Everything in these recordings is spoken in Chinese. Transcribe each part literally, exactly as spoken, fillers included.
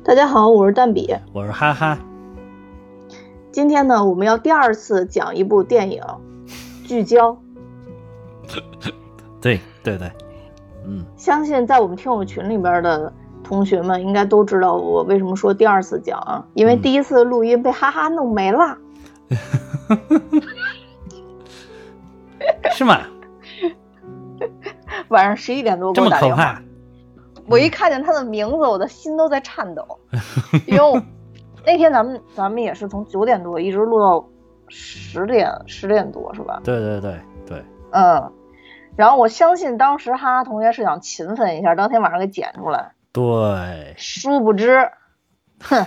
大家好，我是蛋比， 我是哈哈。 今天呢，我们要第二次讲一部电影《聚焦》。 对对对，嗯， 相信在我们听友群里边的同学们应该都知道我为什么说第二次讲啊，因为第一次录音被哈哈弄没了。 嗯、是吗？ 晚上十一点多给我打电话，我一看见他的名字，我的心都在颤抖，因为我那天咱们咱们也是从九点多一直录到十点十点多，是吧？ 对对对对， 嗯，然后我相信当时哈哈同学是想勤奋一下，当天晚上给剪出来。 对， 殊不知，哼，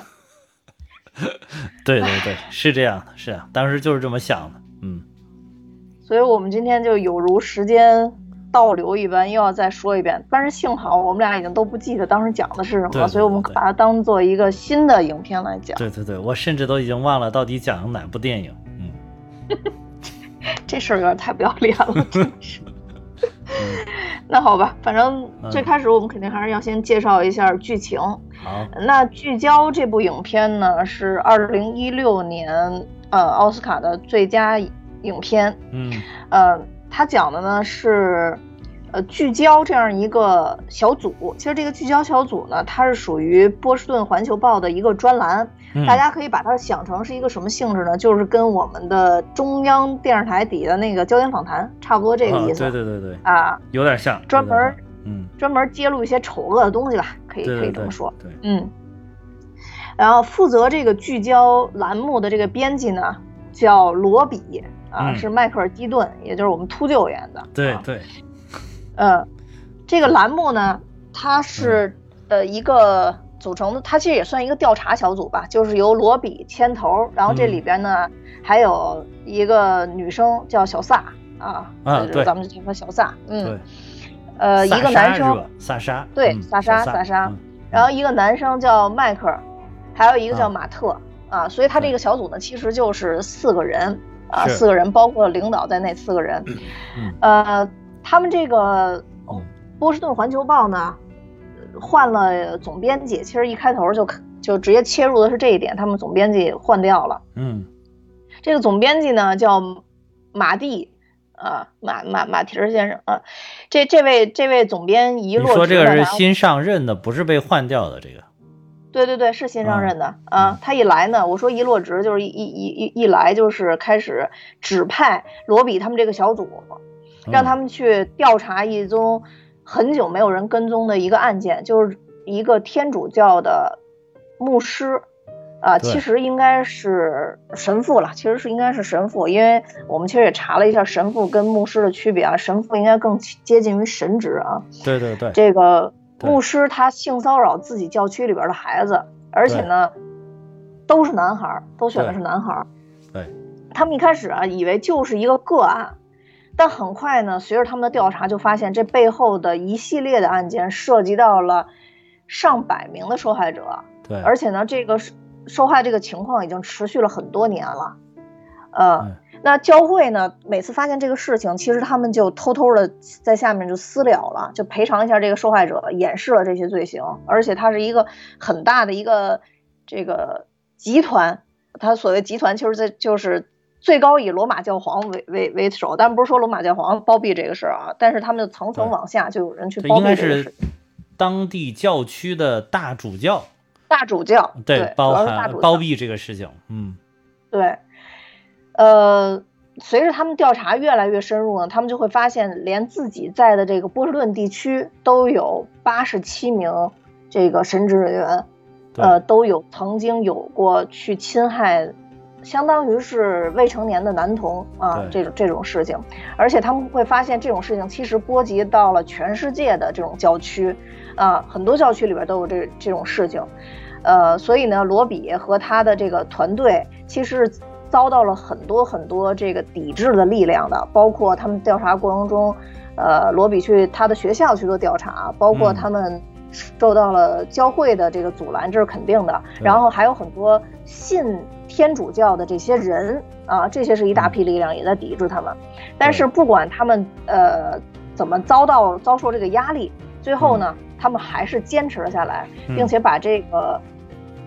对对对，是这样的，是啊，当时就是这么想的，嗯。 所以我们今天就有如时间倒流一般，又要再说一遍。但是幸好我们俩已经都不记得当时讲的是什么， 对对对， 所以我们把它当做一个新的影片来讲。 对对对，我甚至都已经忘了到底讲了哪部电影。嗯， 这事儿有点太不要脸了，真是。那好吧，反正最开始我们肯定还是要先介绍一下剧情。 好， 那《聚焦》这部影片呢，是二零一六年呃奥斯卡的最佳影片。 嗯， 呃，它讲的呢是，呃，聚焦这样一个小组。其实这个聚焦小组呢，它是属于波士顿环球报的一个专栏。 嗯、 大家可以把它想成是一个什么性质呢？就是跟我们的中央电视台底的那个焦点访谈差不多这个意思。 哦、对对对对， 啊， 有点像， 专门嗯， 专门揭露一些丑恶的东西吧，可以对对对可以这么说。 对， 嗯。然后负责这个聚焦栏目的这个编辑呢，叫罗比。啊， 嗯、 是迈克尔·基顿，也就是我们秃鹫演的。 对对， 呃，这个栏目呢，它是、嗯、呃一个组成的，它其实也算一个调查小组吧，就是由罗比牵头，然后这里边呢、嗯、还有一个女生叫小萨啊， 啊对， 咱们就叫她小萨，嗯， 对， 呃，一个男生萨莎， 对， 嗯、 萨莎萨莎， 嗯、 然后一个男生叫迈克尔，还有一个叫马特、啊, 啊，所以他这个小组呢，其实就是四个人。啊，四个人，包括领导在内，四个人。 嗯， 呃，他们这个波士顿环球报呢，换了总编辑。其实一开头就就直接切入的是这一点，他们总编辑换掉了。 嗯， 这个总编辑呢叫马蒂，啊，马马马蹄儿先生啊。这这位这位总编一落职， 你说这个是新上任的，不是被换掉的这个。 对对对，是新上任的、嗯、啊。他一来呢，我说一落职就是一一一一来就是开始指派罗比他们这个小组，让他们去调查一宗很久没有人跟踪的一个案件，就是一个天主教的牧师啊，其实应该是神父了，其实是应该是神父，因为我们其实也查了一下神父跟牧师的区别啊，神父应该更接近于神职啊。 对对对， 这个。牧师他性骚扰自己教区里边的孩子，而且呢都是男孩，都选的是男孩。 对， 他们一开始啊以为就是一个个案，但很快呢随着他们的调查就发现这背后的一系列的案件涉及到了上百名的受害者。 对， 而且呢这个受害这个情况已经持续了很多年了。呃、嗯那教会呢每次发现这个事情，其实他们就偷偷的在下面就私了了，就赔偿一下这个受害者，掩饰了这些罪行。而且它是一个很大的一个这个集团，它所谓集团其实这就是最高以罗马教皇为为为首，但不是说罗马教皇包庇这个事啊，但是他们就层层往下就有人去包庇这个事。 应该是当地教区的大主教， 大主教对, 对包含包庇这个事情。嗯， 对。呃，随着他们调查越来越深入呢，他们就会发现，连自己在的这个波士顿地区都有八十七名这个神职人员，呃，都有曾经有过去侵害，相当于是未成年的男童啊，这种这种事情。而且他们会发现，这种事情其实波及到了全世界的这种教区，啊，很多教区里边都有这这种事情。呃，所以呢，罗比和他的这个团队其实遭到了很多很多这个抵制的力量的，包括他们调查过程中，呃，罗比去他的学校去做调查，包括他们受到了教会的这个阻拦，这是肯定的。然后还有很多信天主教的这些人啊，这些是一大批力量也在抵制他们。但是不管他们呃怎么遭到遭受这个压力，最后呢，他们还是坚持了下来，并且把这个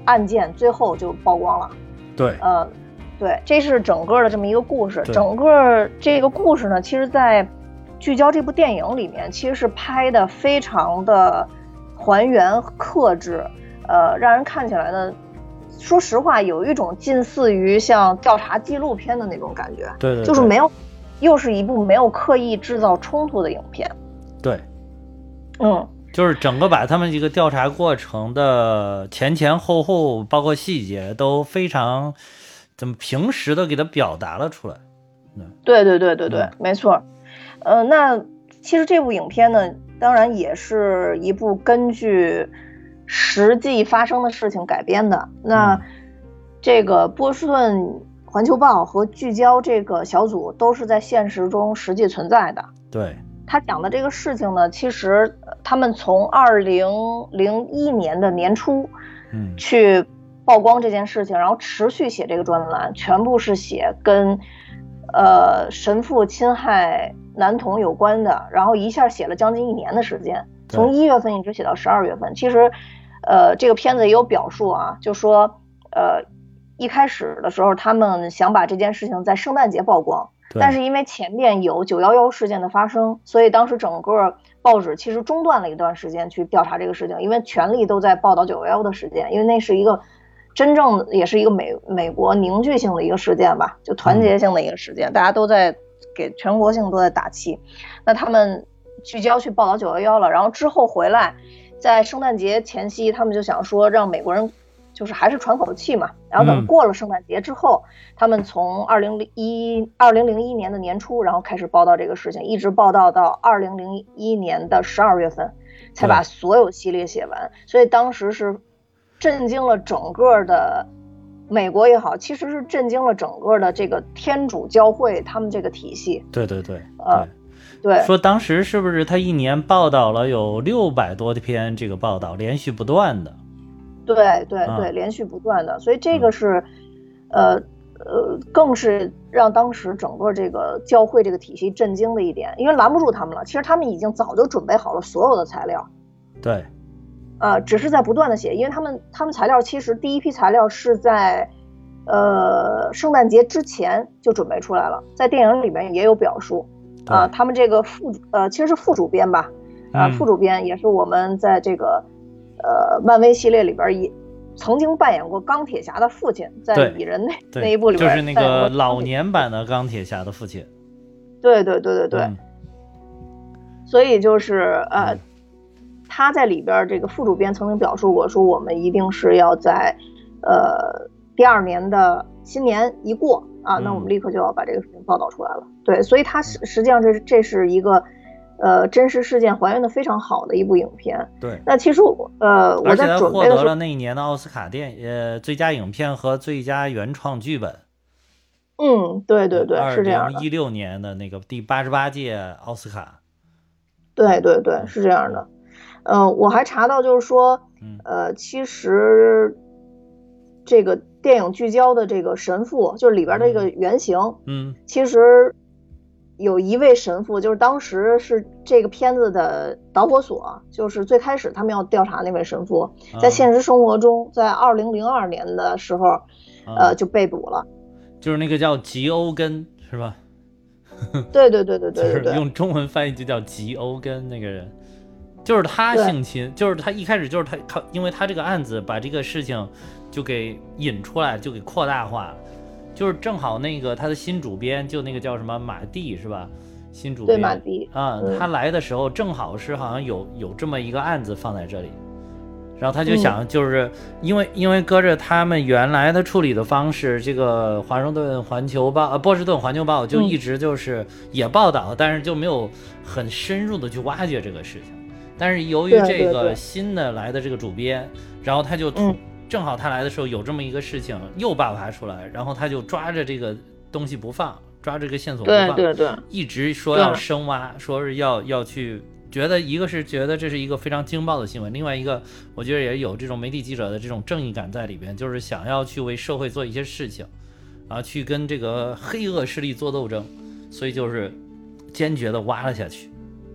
案件最后就曝光了。 对， 呃，对，这是整个的这么一个故事。 对整个这个故事呢，其实在聚焦这部电影里面，其实是拍的非常的还原克制，呃，让人看起来呢，说实话有一种近似于像调查纪录片的那种感觉。 对对对， 就是没有，又是一部没有刻意制造冲突的影片。 对， 嗯， 就是整个把他们这个调查过程的前前后后，包括细节都非常怎么平实的给它表达了出来。 对对对对对， 嗯、 没错。呃，那其实这部影片呢，当然也是一部根据实际发生的事情改编的。那、嗯、这个波士顿环球报和聚焦这个小组都是在现实中实际存在的。 对， 他讲的这个事情呢，其实他们从二零零一年的年初， 嗯， 去曝光这件事情，然后持续写这个专栏，全部是写跟呃神父侵害男童有关的，然后一下写了将近一年的时间，从一月份一直写到十二月份。其实，呃，这个片子也有表述啊，就说呃一开始的时候他们想把这件事情在圣诞节曝光。但是因为前面有九一一事件的发生，所以当时整个报纸其实中断了一段时间去调查这个事情，因为全力都在报道九一一的事件，因为那是一个真正也是一个美美国凝聚性的一个事件吧，就团结性的一个事件，大家都在给全国性都在打气。那他们聚焦去报道九一一了，然后之后回来，在圣诞节前夕，他们就想说让美国人就是还是喘口气嘛，然后等过了圣诞节之后，嗯、他们从二零零一二零零一年的年初，然后开始报道这个事情，一直报道到二零零一年的十二月份，才把所有系列写完。所以当时是震惊了整个的美国也好，其实是震惊了整个的这个天主教会他们这个体系。 对对对， 呃，对。 说当时是不是他一年报道了有六百多篇这个报道，连续不断的。 对对对，连续不断的，所以这个是，呃呃，更是让当时整个这个教会这个体系震惊的一点，因为拦不住他们了。其实他们已经早就准备好了所有的材料， 对， 呃，只是在不断的写，因为他们他们材料其实第一批材料是在，呃，圣诞节之前就准备出来了，在电影里面也有表述，啊、呃，他们这个副呃其实是副主编吧，啊、呃，副主编也是我们在这个。呃，漫威系列里边也曾经扮演过钢铁侠的父亲，在蚁人那那一部里边， 就是那个老年版的钢铁侠的父亲。 对对对对对。嗯、所以就是呃、嗯，他在里边这个副主编曾经表述过，说我们一定是要在呃第二年的新年一过啊，那我们立刻就要把这个事情报道出来了。嗯、对，所以他实实际上这这是一个。呃，真实事件还原的非常好的一部影片。 对， 那其实呃，我在准备的时候， 而且他获得了那一年的奥斯卡电呃最佳影片和最佳原创剧本。 嗯，对对对，是这样的。 二零一六年的那个第八十八届奥斯卡。 对对对，是这样的。呃，我还查到就是说，呃，其实这个电影聚焦的这个神父，就是里边的这个原型， 嗯， 其实。有一位神父，就是当时是这个片子的导火索，就是最开始他们要调查那位神父，在现实生活中，在二零零二年的时候， 啊、 呃，就被捕了。 就是那个叫吉欧根，是吧？ 对对对对对对对， 就是用中文翻译就叫吉欧根那个人，就是他性侵，就是他一开始就是他他，因为他这个案子把这个事情就给引出来，就给扩大化了。就是正好那个他的新主编，就那个叫什么马蒂是吧？新主编对马蒂啊、嗯，他来的时候正好是好像有有这么一个案子放在这里，然后他就想，就是因为、嗯、因为搁着他们原来的处理的方式，这个华盛顿环球报呃波士顿环球报就一直就是也报道，嗯、但是就没有很深入的去挖掘这个事情。但是由于这个新的来的这个主编，然后他就。 嗯正好他来的时候有这么一个事情又爆发出来，然后他就抓着这个东西不放，抓着这个线索不放， 对对对， 一直说要深挖，说是要要去，觉得一个是觉得这是一个非常惊爆的新闻，另外一个我觉得也有这种媒体记者的这种正义感在里边，就是想要去为社会做一些事情，啊，去跟这个黑恶势力做斗争，所以就是坚决的挖了下去。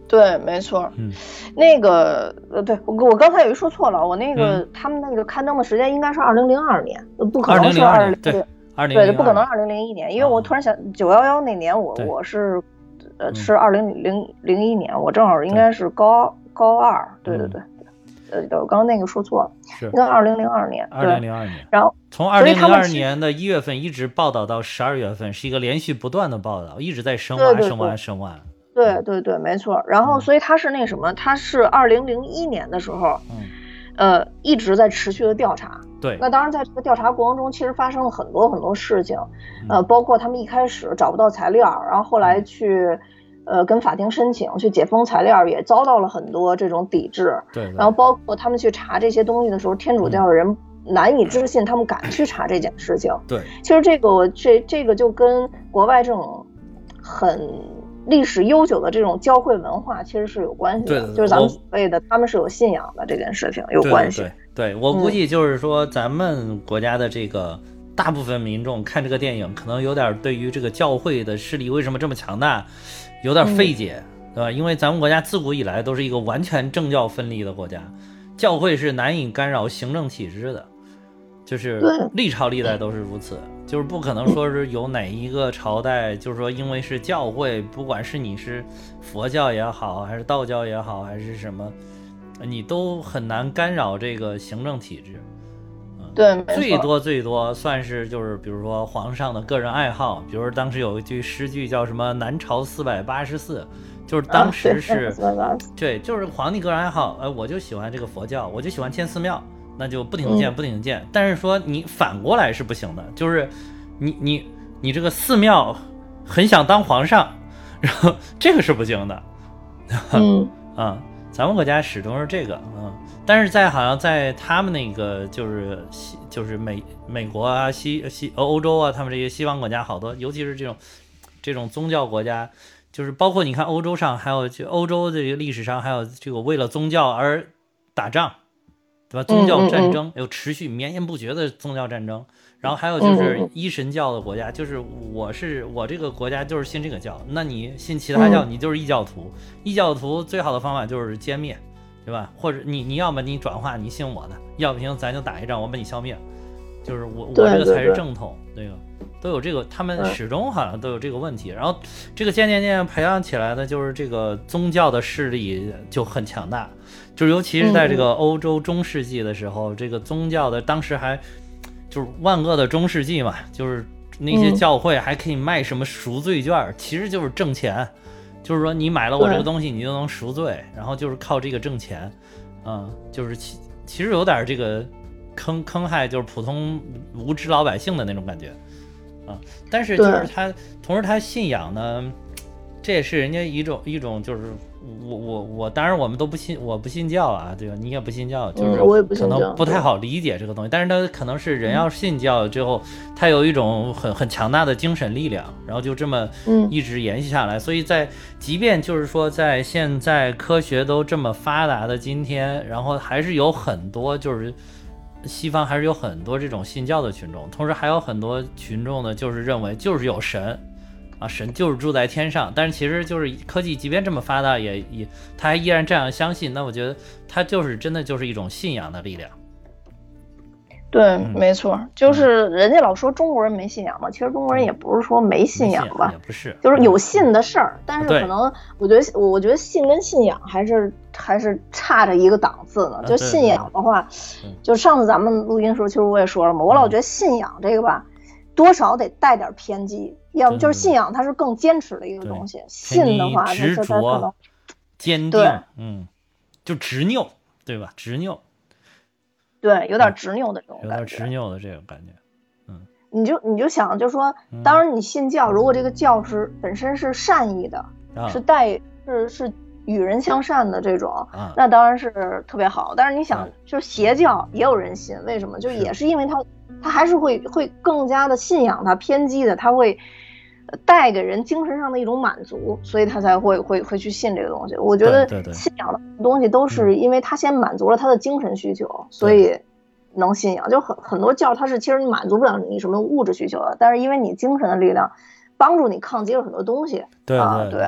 对，没错。 嗯， 那个呃，对我我刚才有一说错了，我那个、 嗯、 他们那个刊登的时间应该是二零零二年，不可能是二零对二零对，不可能二零零一年，因为我突然想九幺幺那年我我是呃是二零零零一年，我正好应该是高高二，对对对。呃，我刚刚那个说错了， 是应该二零零二年， 二零零二年。 然后从二零零二年的一月份一直报道到十二月份，是一个连续不断的报道，一直在深挖、深挖、深挖。 对对对，没错。然后，所以他是那什么，他是二零零一年的时候， 嗯， 呃，一直在持续的调查。 对。 那当然，在这个调查过程中，其实发生了很多很多事情，呃，包括他们一开始找不到材料，然后后来去。呃，跟法庭申请去解封材料，也遭到了很多这种抵制。 对。 然后包括他们去查这些东西的时候，天主教的人难以置信，他们敢去查这件事情。 对。 其实这个我这这个就跟国外这种很历史悠久的这种教会文化其实是有关系的。 对对对， 就是咱们所谓的他们是有信仰的这件事情有关系。 对对对，对，我估计就是说咱们国家的这个。大部分民众看这个电影，可能有点对于这个教会的势力为什么这么强大，有点费解，嗯、对吧？因为咱们国家自古以来都是一个完全政教分离的国家，教会是难以干扰行政体制的，就是历朝历代都是如此，就是不可能说是有哪一个朝代，就是说因为是教会，不管是你是佛教也好，还是道教也好，还是什么，你都很难干扰这个行政体制。 对， 最多最多算是就是比如说皇上的个人爱好，比如说当时有一句诗句叫什么南朝四百八十寺，就是当时是、啊、对, 对，就是皇帝个人爱好，哎，我就喜欢这个佛教，我就喜欢建寺庙，那就不停地建、嗯、不停地建。但是说你反过来是不行的，就是你你你这个寺庙很想当皇上，然后这个是不行的。 嗯啊，咱们国家始终是这个，嗯。但是在好像在他们那个就是西就是美美国啊西西欧洲啊，他们这些西方国家好多，尤其是这种这种宗教国家，就是包括你看欧洲上还有就欧洲这个历史上还有这个为了宗教而打仗，对吧？宗教战争有持续绵延不绝的宗教战争，然后还有就是一神教的国家，就是我是我这个国家就是信这个教，那你信其他教你就是异教徒，异教徒最好的方法就是歼灭。对吧？或者你你要么你转化你信我的，要不行咱就打一仗，我把你消灭，就是我我这个才是正统，那个都有这个，他们始终好像都有这个问题。然后这个渐渐渐培养起来的就是这个宗教的势力就很强大，就是尤其是在这个欧洲中世纪的时候，嗯、这个宗教的当时还就是万恶的中世纪嘛，就是那些教会还可以卖什么赎罪券，嗯、其实就是挣钱。就是说你买了我这个东西你就能赎罪，然后就是靠这个挣钱，嗯，就是其其实有点这个坑坑害就是普通无知老百姓的那种感觉啊。但是就是他同时他信仰呢，这也是人家一种一种就是我我我当然我们都不信，我不信教啊，对吧？你也不信教，就是可能不太好理解这个东西。但是他可能是人要信教之后，他有一种很很强大的精神力量，然后就这么一直延续下来。所以在即便就是说在现在科学都这么发达的今天，然后还是有很多就是西方还是有很多这种信教的群众，同时还有很多群众呢，就是认为就是有神。啊，神就是住在天上，但是其实就是科技即便这么发达也也他还依然这样相信，那我觉得他就是真的就是一种信仰的力量。 对、嗯、没错，就是人家老说中国人没信仰嘛，其实中国人也不是说没信仰吧， 也不是， 就是有信的事儿、嗯、但是可能我觉得我觉得信跟信仰还是还是差着一个档次呢。就信仰的话、啊、就上次咱们录音的时候其实我也说了嘛，我老觉得信仰这个吧、嗯、多少得带点偏激，要么就是信仰它是更坚持的一个东西，信的话执着坚定，嗯，就执拗，对吧？执拗， 对，有点执拗的这种感觉， 有点执拗的这种感觉，嗯， 你就你就想，就说，当然你信教，如果这个教是本身是善意的， 啊、 是带是是与人向善的这种、啊，那当然是特别好。但是你想，啊、就是邪教也有人信，为什么？就也是因为他他还是会会更加的信仰他偏激的，他会带给人精神上的一种满足，所以他才会会会去信这个东西。我觉得信仰的东西都是因为他先满足了他的精神需求，嗯、所以能信仰。就很很多教它是其实你满足不了你什么物质需求的，但是因为你精神的力量帮助你抗击了很多东西。 对啊， 对。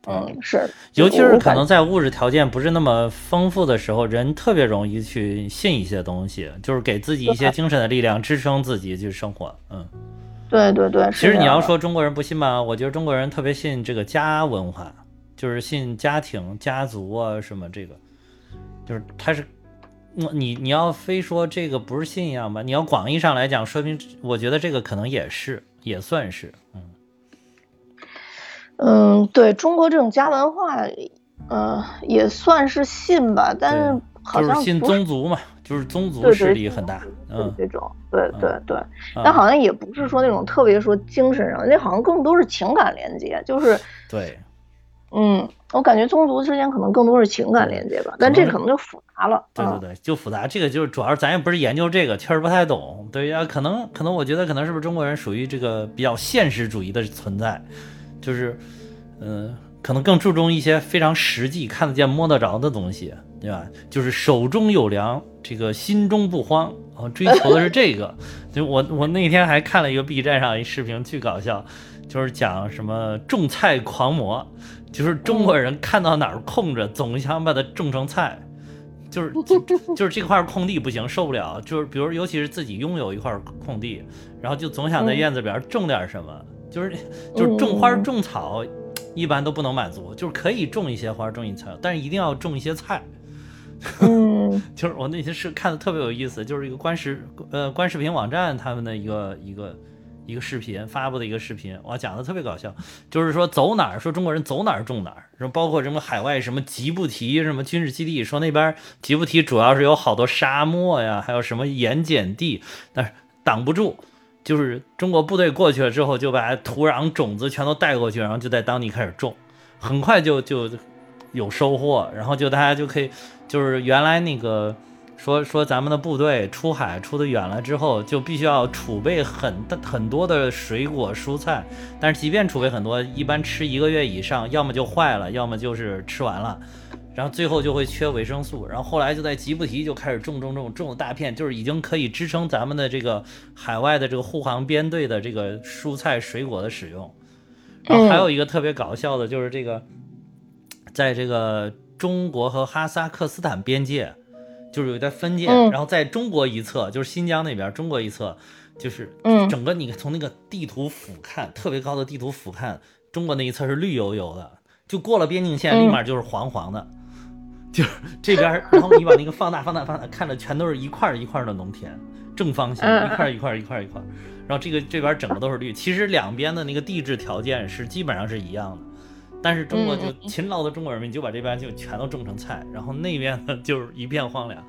嗯，是， 尤其是可能在物质条件不是那么丰富的时候，人特别容易去信一些东西，就是给自己一些精神的力量，支撑自己去生活。嗯， 对对对。 其实你要说中国人不信吧，我觉得中国人特别信这个家文化，就是信家庭、家族啊什么这个，就是他是。你你要非说这个不是信仰吧，你要广义上来讲，说明我觉得这个可能也是，也算是，嗯嗯，对，中国这种家文化，呃，也算是信吧，但是好像就是信宗族嘛，就是宗族势力很大， 嗯，这种，对对对， 嗯、 但好像也不是说那种特别说精神上，那好像更多是情感连接，就是对。 嗯，我感觉宗族之间可能更多是情感连接吧，但这可能就复杂了。 对对对，就复杂。这个就是主要，咱也不是研究这个，确实不太懂。对呀，可能可能，我觉得可能是不是中国人属于这个比较现实主义的存在，就是，嗯、呃，可能更注重一些非常实际、看得见、摸得着的东西，对吧？就是手中有粮，这个心中不慌，哦，追求的是这个。就我我那天还看了一个 B 站上一视频，巨搞笑，就是讲什么种菜狂魔。就是中国人看到哪儿空着，总想把它种成菜，就是就就是这块空地不行，受不了。就是比如尤其是自己拥有一块空地，然后就总想在院子边种点什么，就是就是种花种草，一般都不能满足，就是可以种一些花种一些菜，但是一定要种一些菜。 嗯， 就是我那些是看的特别有意思，就是一个观视呃观视频网站他们的一个一个。一个视频发布的一个视频，哇，讲的特别搞笑，就是说走哪儿，说中国人走哪儿种哪儿，说包括什么海外什么吉布提什么军事基地，说那边吉布提主要是有好多沙漠呀，还有什么盐碱地，但是挡不住，就是中国部队过去了之后，就把土壤种子全都带过去，然后就在当地开始种，很快就就有收获，然后就大家就可以，就是原来那个。说说咱们的部队出海出得远了之后，就必须要储备很很多的水果蔬菜，但是即便储备很多，一般吃一个月以上，要么就坏了，要么就是吃完了，然后最后就会缺维生素。然后后来就在吉布提就开始种种种种了大片，就是已经可以支撑咱们的这个海外的这个护航编队的这个蔬菜水果的使用。然后还有一个特别搞笑的就是这个，在这个中国和哈萨克斯坦边界。就是有一条分界、嗯，然后在中国一侧，就是新疆那边，中国一侧，就是整个你从那个地图俯瞰，特别高的地图俯瞰，中国那一侧是绿油油的，就过了边境线，立马就是黄黄的，嗯、就是这边，然后你把那个放大、放大、放大，看着全都是一块一块的农田，正方形，一块一块一块一块，然后这个这边整个都是绿，其实两边的那个地质条件是基本上是一样的。但是中国就勤劳的中国人民就把这边就全都种成菜，然后那边呢就是一片荒凉。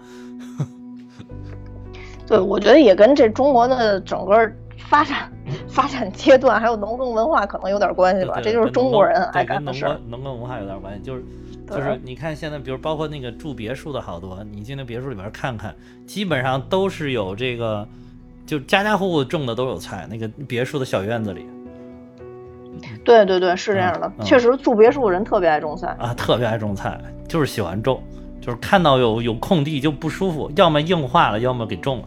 对，我觉得也跟这中国的整个发展发展阶段还有农耕文化可能有点关系吧。 对对对， 这就是中国人爱干的事儿。 农耕文化有点关系，就是就是你看现在，比如包括那个住别墅的好多，你进那别墅里边看看，基本上都是有这个，就家家户户种的都有菜，那个别墅的小院子里。 对对对，是这样的，嗯、确实住别墅人特别爱种菜啊，特别爱种菜，就是喜欢种，就是看到有有空地就不舒服，要么硬化了，要么给种了。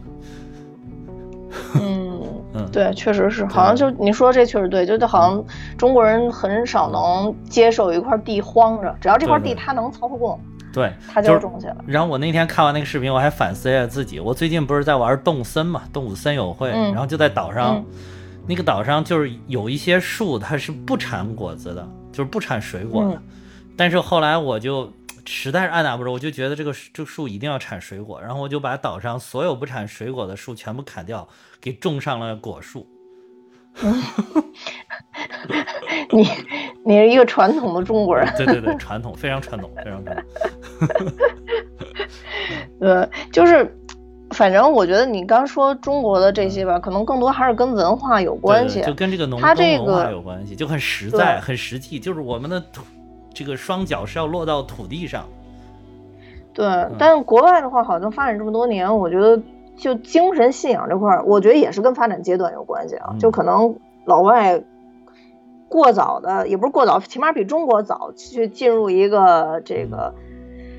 嗯嗯，对，确实是，好像就你说这确实对，就好像中国人很少能接受一块地荒着，只要这块地他能操控， 对， 他就种起来。 然后我那天看完那个视频，我还反思一下自己，我最近不是在玩动森嘛，动物森友会，嗯、然后就在岛上。嗯那个岛上就是有一些树它是不产果子的，就是不产水果的、嗯、但是后来我就实在是按捺不住，我就觉得这个这个树一定要产水果，然后我就把岛上所有不产水果的树全部砍掉，给种上了果树。 嗯、你你是一个传统的中国人。 对对对，传统，非常传统，非常传统。 对，就是反正我觉得你刚说中国的这些吧，可能更多还是跟文化有关系， 对对，就跟这个农耕文化有关系，就很实在很实际，就是我们的土这个双脚是要落到土地上。 对、嗯、但国外的话好像发展这么多年，我觉得就精神信仰这块我觉得也是跟发展阶段有关系啊、嗯、就可能老外过早的，也不是过早，起码比中国早去进入一个这个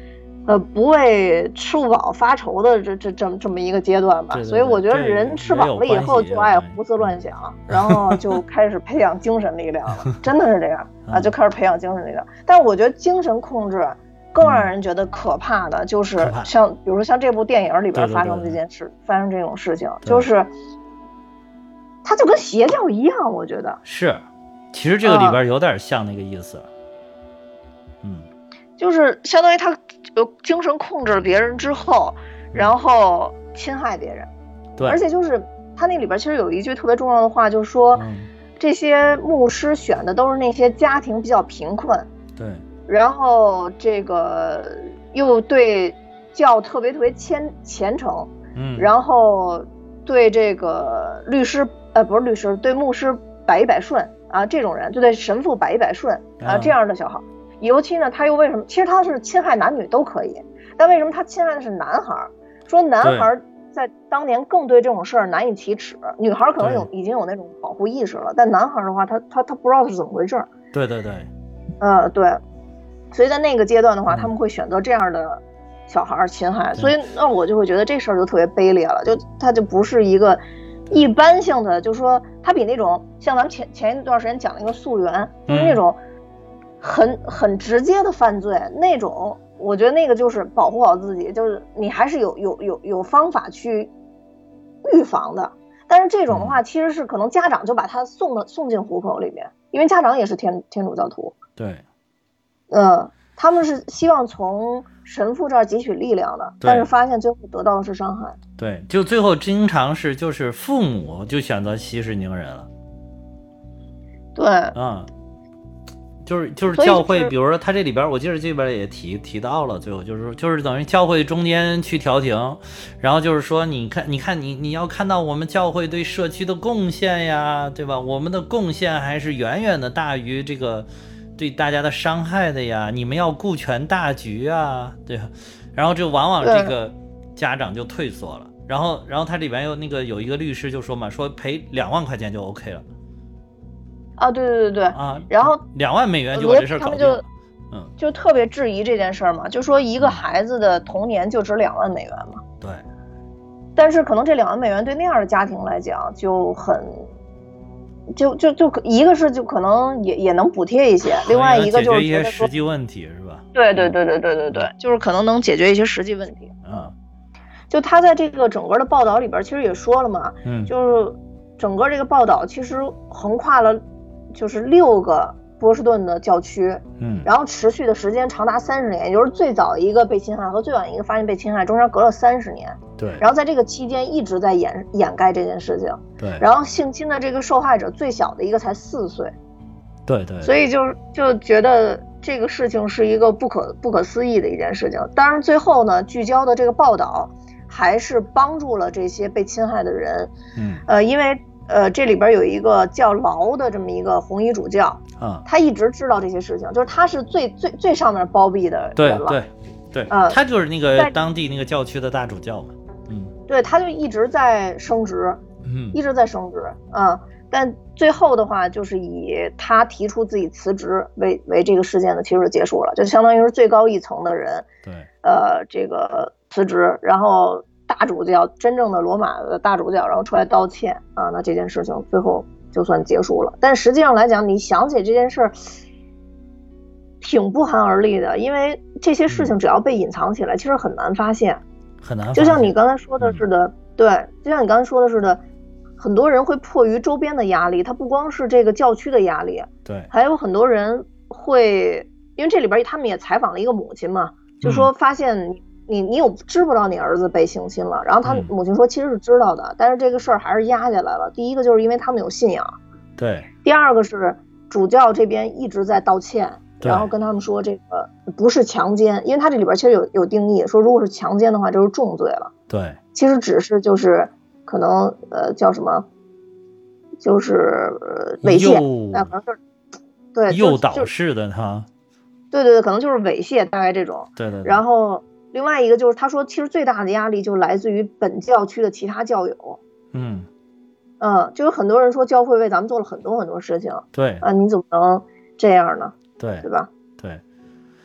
呃，不为吃不饱发愁的这这这么这么一个阶段吧。 对对对， 所以我觉得人吃饱了以后就爱胡思乱想，然后就开始培养精神力量了，真的是这样啊，就开始培养精神力量。但是我觉得精神控制更让人觉得可怕的就是像，比如说像这部电影里边发生这件事，对对对发生这种事情，就是它就跟邪教一样，我觉得是。其实这个里边有点像那个意思。啊、嗯。 就是相当于他有精神控制了别人之后，然后侵害别人。 对， 而且就是他那里边其实有一句特别重要的话，就是说、嗯、这些牧师选的都是那些家庭比较贫困， 对， 然后这个又对教特别特别虔虔诚， 嗯， 然后对这个律师呃不是律师，对牧师百依百顺啊，这种人就对神父百依百顺啊、嗯、这样的小孩。尤其呢，他又为什么？其实他是侵害男女都可以，但为什么他侵害的是男孩？说男孩在当年更对这种事儿难以启齿，女孩可能有已经有那种保护意识了，但男孩的话，他他他不知道是怎么回事。 对对对， 呃对，所以在那个阶段的话，嗯、他们会选择这样的小孩侵害，所以那我就会觉得这事儿就特别卑劣了，就他就不是一个一般性的，就是说他比那种像咱们前前一段时间讲那个溯源，就是那种。嗯很很直接的犯罪那种，我觉得那个就是保护好自己，就是你还是有有有有方法去预防的。但是这种的话，其实是可能家长就把他送了送进虎口里面，因为家长也是天天主教徒。 对， 嗯，他们是希望从神父这儿汲取力量的，但是发现最后得到的是伤害。 对，就最后经常是就是父母就选择息事宁人了。 对， 嗯。就是就是教会，比如说他这里边，我记得这里边也提提到了，最后就是说，就是等于教会中间去调停，然后就是说，你看，你看你你要看到我们教会对社区的贡献呀，对吧？我们的贡献还是远远的大于这个对大家的伤害的呀，你们要顾全大局啊，对吧？然后就往往这个家长就退缩了，然后然后他里边有那个有一个律师就说嘛，说赔两万块钱就 OK 了。 啊，对对对对啊， 然后两万美元就把这事搞定了， 嗯，就特别质疑这件事嘛，就说一个孩子的童年就值两万美元嘛， 对， 但是可能这两万美元对那样的家庭来讲就很，就就就一个是就可能也也能补贴一些，另外一个就是解决一些实际问题是吧？ 对对对对对对对，就是可能能解决一些实际问题。 嗯， 就他在这个整个的报道里边其实也说了嘛， 嗯， 就是整个这个报道其实横跨了。就是六个波士顿的教区， 嗯， 然后持续的时间长达三十年，也就是最早一个被侵害和最晚一个发现被侵害中间隔了三十年， 对。 然后在这个期间一直在掩掩盖这件事情， 对。 然后性侵的这个受害者最小的一个才四岁， 对对。 所以就就觉得这个事情是一个不可不可思议的一件事情。当然最后呢，聚焦的这个报道还是帮助了这些被侵害的人， 嗯， 呃，因为。呃，这里边有一个叫劳的这么一个红衣主教， 啊， 他一直知道这些事情，就是他是最最最上面包庇的人了， 对对对， 呃， 他就是那个当地那个教区的大主教嘛，嗯， 对，他就一直在升职， 嗯， 一直在升职，嗯，但最后的话就是以他提出自己辞职为为这个事件的其实结束了，就相当于是最高一层的人， 对， 呃，这个辞职，然后。大主教真正的罗马的大主教，然后出来道歉啊，那这件事情最后就算结束了。但实际上来讲，你想起这件事挺不寒而栗的，因为这些事情只要被隐藏起来，嗯、其实很难发现， 很难。 就像你刚才说的似的，嗯、对，就像你刚才说的似的，很多人会迫于周边的压力，他不光是这个教区的压力， 对， 还有很多人会，因为这里边他们也采访了一个母亲嘛，就说发现。嗯你你有知不知道你儿子被性侵了？然后他母亲说其实是知道的，嗯、但是这个事儿还是压下来了。第一个就是因为他们有信仰， 对； 第二个是主教这边一直在道歉，然后跟他们说这个不是强奸，因为他这里边其实有有定义，说如果是强奸的话就是重罪了。 对， 其实只是就是可能呃叫什么，就是呃猥亵，那可能就是对诱导式的哈。 对对对，可能就是猥亵，大概这种。 对对对。 然后。另外一个就是他说其实最大的压力就来自于本教区的其他教友， 嗯嗯，就有很多人说教会为咱们做了很多很多事情， 对啊，你怎么能这样呢？ 对对吧？ 对，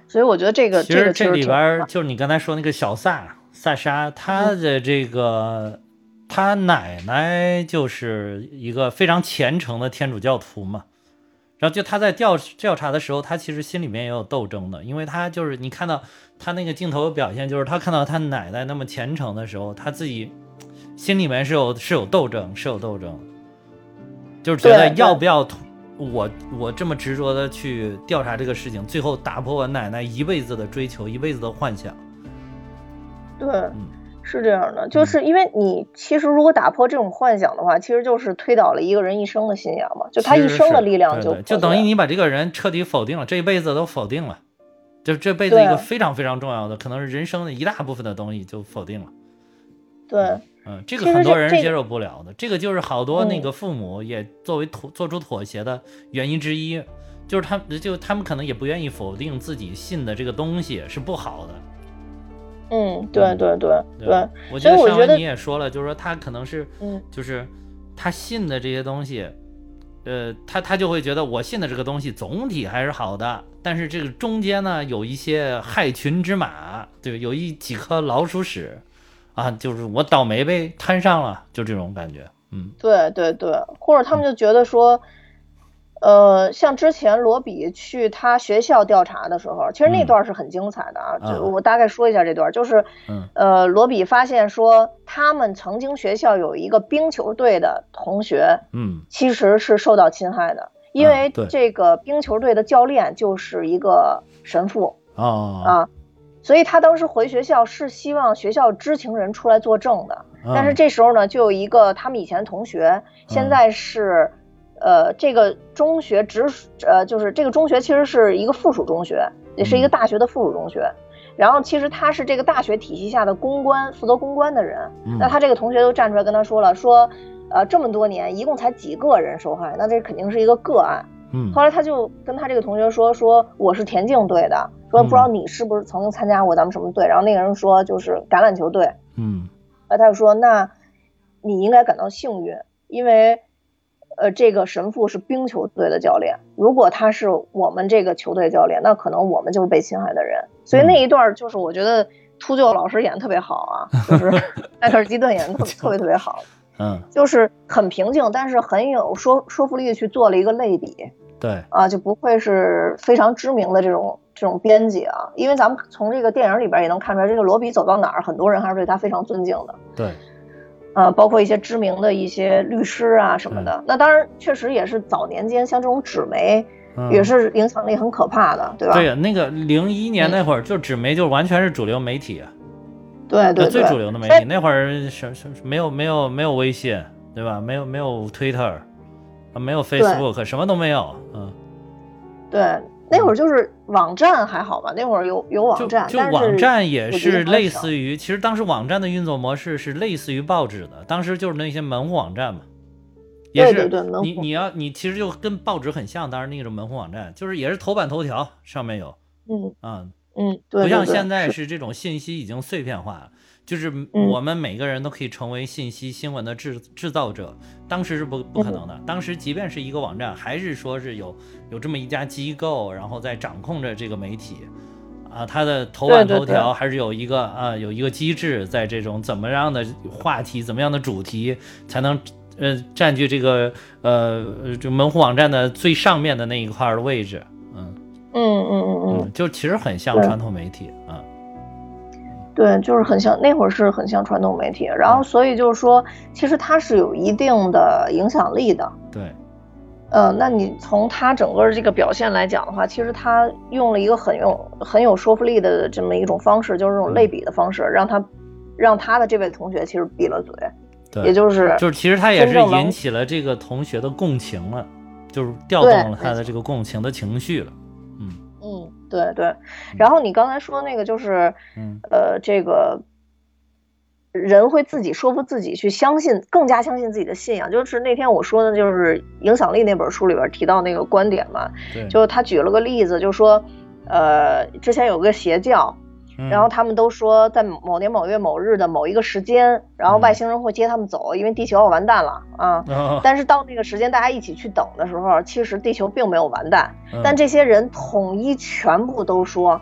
所以我觉得这个其实这里边就是你刚才说那个小萨萨莎，他的这个、嗯、他奶奶就是一个非常虔诚的天主教徒嘛。然后就他在调调查的时候，他其实心里面也有斗争的，因为他就是你看到他那个镜头表现，就是他看到他奶奶那么虔诚的时候，他自己心里面是有是有斗争，是有斗争，就是觉得要不要我我这么执着的去调查这个事情，最后打破我奶奶一辈子的追求，一辈子的幻想。 对。嗯，是这样的，就是因为你其实如果打破这种幻想的话，其实就是推倒了一个人一生的信仰嘛，就他一生的力量就对对就等于你把这个人彻底否定了，这一辈子都否定了，就是这辈子一个非常非常重要的，可能是人生的一大部分的东西就否定了。 对， 嗯，这个很多人是接受不了的，这个就是好多那个父母也作为妥做出妥协的原因之一，就是他就他们可能也不愿意否定自己信的这个东西是不好的。 嗯，对对对对, 对， 我觉得上文你也说了，就是说他可能是， 嗯， 就是他信的这些东西，呃，他他就会觉得我信的这个东西总体还是好的，但是这个中间呢有一些害群之马，对，有一几颗老鼠屎，啊，就是我倒霉被摊上了，就这种感觉，嗯， 对对对，或者他们就觉得说。嗯呃，像之前罗比去他学校调查的时候，其实那段是很精彩的啊。 嗯、 就我大概说一下这段，就是， 嗯、 呃，罗比发现说，他们曾经学校有一个冰球队的同学， 嗯， 其实是受到侵害的，因为这个冰球队的教练就是一个神父啊啊，所以他当时回学校是希望学校知情人出来作证的， 嗯、 但是这时候呢，就有一个他们以前的同学，现在是。嗯呃，这个中学直呃，就是这个中学其实是一个附属中学，也是一个大学的附属中学。嗯、然后其实他是这个大学体系下的公关，负责公关的人。 嗯、 那他这个同学就站出来跟他说了，说，呃，这么多年一共才几个人受害，那这肯定是一个个案。 嗯。 后来他就跟他这个同学说，说我是田径队的，说不知道你是不是曾经参加过咱们什么队？嗯、然后那个人说就是橄榄球队。 嗯。 那他就说，那你应该感到幸运，因为。呃，这个神父是冰球队的教练，如果他是我们这个球队教练，那可能我们就是被侵害的人。所以那一段就是我觉得秃鹫老师演的特别好啊，就是迈克尔基顿演的特别特别好， 嗯， 就是很平静，但是很有说说服力去做了一个类比， 对啊，就不愧是非常知名的这种这种编辑啊，因为咱们从这个电影里边也能看出来，这个罗比走到哪儿，很多人还是对他非常尊敬的， 对。 呃，包括一些知名的一些律师啊什么的，嗯、那当然确实也是早年间像这种纸媒，嗯、也是影响力很可怕的，对吧？ 对呀，那个零一年那会儿，就纸媒就完全是主流媒体啊， 对对对， 最主流的媒体。那会儿是是没有没有没有微信，对吧？没有没有 Twitter， 没有 Facebook， 什么都没有，嗯， 对。那会儿就是网站还好吧，那会儿有有网站， 就就网站也是类似于，其实当时网站的运作模式是类似于报纸的，当时就是那些门户网站嘛，也是对对对， 你你要你其实就跟报纸很像，当然那种门户网站就是也是头版头条上面有， 嗯啊嗯，对， 不像现在是这种信息已经碎片化了。就是我们每个人都可以成为信息新闻的制制造者，当时是不不可能的。当时即便是一个网站，还是说是有有这么一家机构，然后在掌控着这个媒体，啊，它的头版头条还是有一个啊有一个机制，在这种怎么样的话题、怎么样的主题才能呃占据这个呃就门户网站的最上面的那一块的位置，嗯嗯嗯嗯嗯，就其实很像传统媒体啊。 对，就是很像那会儿是很像传统媒体，然后所以就是说，其实它是有一定的影响力的。 对， 呃，那你从他整个这个表现来讲的话，其实他用了一个很有很有说服力的这么一种方式，就是这种类比的方式，让他让他的这位同学其实闭了嘴。 对， 也就是就是其实他也是引起了这个同学的共情了，就是调动了他的这个共情的情绪了。嗯嗯。对对，然后你刚才说那个就是， 嗯， 呃，这个人会自己说服自己去相信，更加相信自己的信仰。就是那天我说的，就是《影响力》那本书里边提到那个观点嘛，就是他举了个例子，就是说，呃，之前有个邪教。然后他们都说，在某年某月某日的某一个时间，然后外星人会接他们走，因为地球要完蛋了啊。 哦、 但是到那个时间，大家一起去等的时候，其实地球并没有完蛋。但这些人统一全部都说，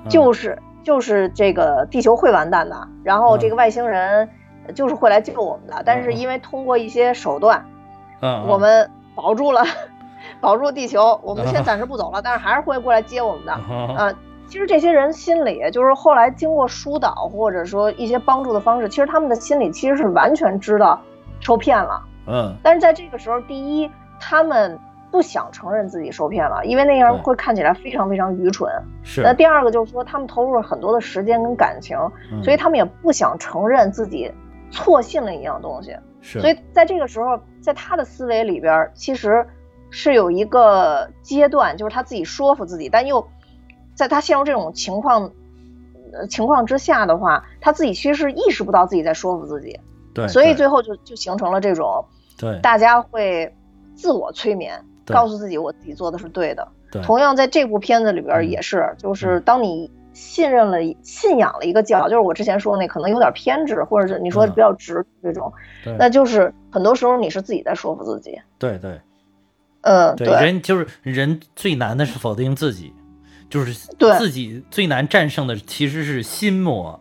就是就是这个地球会完蛋的，然后这个外星人就是会来救我们的，嗯、但是因为通过一些手段， 嗯， 我们保住了，保住地球，我们先暂时不走了，嗯、但是还是会过来接我们的， 嗯、 呃。其实这些人心里就是后来经过疏导或者说一些帮助的方式，其实他们的心里其实是完全知道受骗了， 嗯， 但是在这个时候，第一，他们不想承认自己受骗了，因为那样会看起来非常非常愚蠢。 是。 那第二个就是说，他们投入了很多的时间跟感情， 嗯、 所以他们也不想承认自己错信了一样东西。 是。 所以在这个时候，在他的思维里边，其实是有一个阶段，就是他自己说服自己，但又在他陷入这种情况呃情况之下的话，他自己其实是意识不到自己在说服自己。 对。 所以最后就就形成了这种， 对， 大家会自我催眠，告诉自己我自己做的是对的。 对。 同样在这部片子里边也是，嗯、就是当你信任了、信仰了一个教，就是我之前说那可能有点偏执，或者是你说比较直这种， 嗯、 那就是很多时候你是自己在说服自己。 对对。 嗯， 对，人就是人最难的是否定自己。就是自己最难战胜的其实是心魔，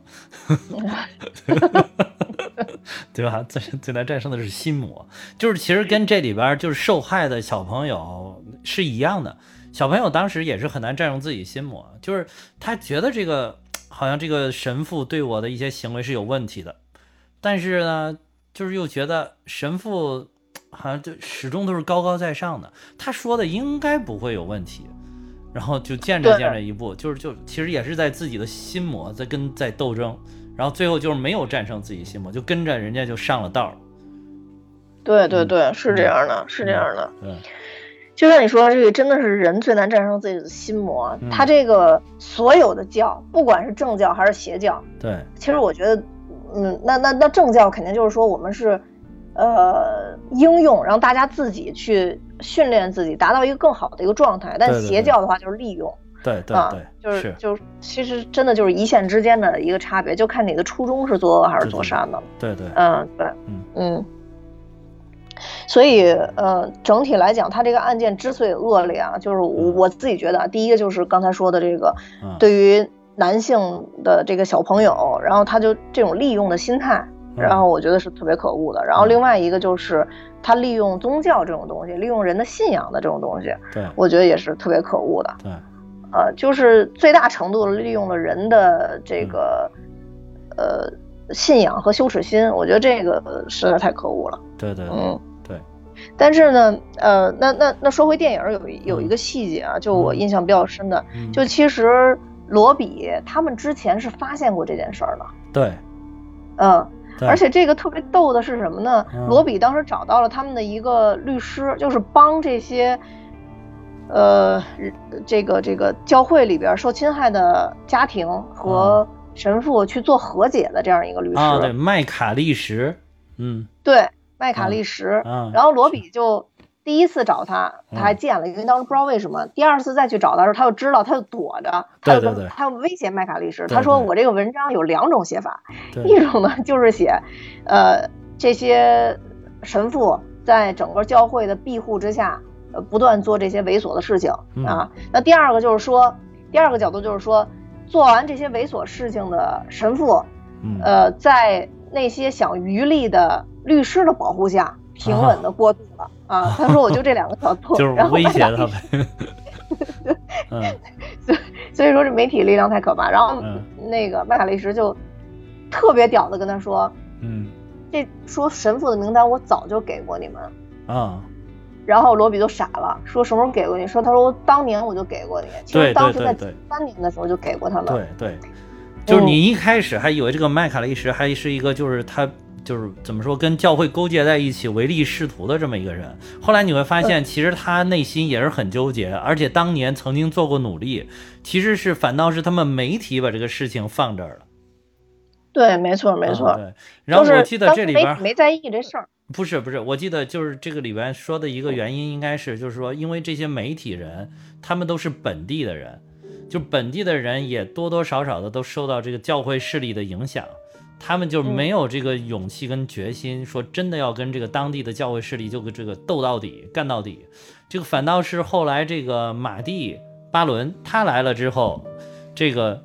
对吧？最最难战胜的是心魔，就是其实跟这里边就是受害的小朋友是一样的。小朋友当时也是很难战胜自己心魔，就是他觉得这个好像这个神父对我的一些行为是有问题的，但是呢，就是又觉得神父好像就始终都是高高在上的，他说的应该不会有问题。然后就见着见着一步，就是就其实也是在自己的心魔在跟在斗争，然后最后就是没有战胜自己心魔，就跟着人家就上了道。 对对对，嗯、是这样的，嗯、是这样的。 对， 就像你说，这个真的是人最难战胜自己的心魔。 嗯、 他这个所有的教，不管是正教还是邪教， 对， 其实我觉得，嗯，那那那正教肯定就是说我们是，呃，应用让大家自己去训练自己，达到一个更好的一个状态。但邪教的话就是利用， 对对对， 啊，就是是就是，其实真的就是一线之间的一个差别，就看你的初衷是作恶还是作善的。 对 对, 对， 嗯，对， 嗯嗯。所以，呃，整体来讲，他这个案件之所以恶劣啊，就是我我自己觉得，第一个就是刚才说的这个，对于男性的这个小朋友，然后他就这种利用的心态。然后我觉得是特别可恶的。然后另外一个就是他利用宗教这种东西，利用人的信仰的这种东西， 对， 我觉得也是特别可恶的。 对， 呃，就是最大程度的利用了人的这个、嗯、呃信仰和羞耻心，我觉得这个实在太可恶了。 对对对， 嗯， 对。 但是呢，呃，那那那说回电影有有一个细节啊，就我印象比较深的， 嗯、 就其实罗比他们之前是发现过这件事儿的。 对， 嗯。而且这个特别逗的是什么呢？ 嗯、 罗比当时找到了他们的一个律师，就是帮这些，呃，这个这个教会里边受侵害的家庭和神父去做和解的这样一个律师。 啊，对，麦卡利什，嗯， 对，麦卡利什。 嗯嗯、 然后罗比就第一次找他，他还见了，因为当时不知道为什么。第二次再去找他的时候，他就知道，他就躲着，他就跟他威胁麦卡利什，他说我这个文章有两种写法，一种呢就是写，呃，这些神父在整个教会的庇护之下，呃，不断做这些猥琐的事情啊。那第二个就是说，第二个角度就是说，做完这些猥琐事情的神父，呃，在那些想渔利的律师的保护下，平稳的过渡了。啊，他说我就这两个角度， 就是威胁他们。嗯， 所以所以说这媒体力量太可怕。然后那个麦卡利什就特别屌的跟他说， 嗯， 这说神父的名单我早就给过你们啊。 然后罗比就傻了，说什么时候给过你？说他说当年我就给过你，其实当时在三年的时候就给过他们。 对 对, 对, 对，就是你一开始还以为这个麦卡利什还是一个就是他。就是怎么说，跟教会勾结在一起唯利是图的这么一个人，后来你会发现其实他内心也是很纠结，而且当年曾经做过努力，其实是反倒是他们媒体把这个事情放这儿了。 对，没错没错、 嗯、对。然后我记得这里边、 就是、没在意这事儿。 不是不是，我记得就是这个里边说的一个原因应该是就是说，因为这些媒体人他们都是本地的人，就本地的人也多多少少的都受到这个教会势力的影响，他们就没有这个勇气跟决心，说真的要跟这个当地的教会势力就这个斗到底干到底。这个反倒是后来这个马蒂巴伦他来了之后，这个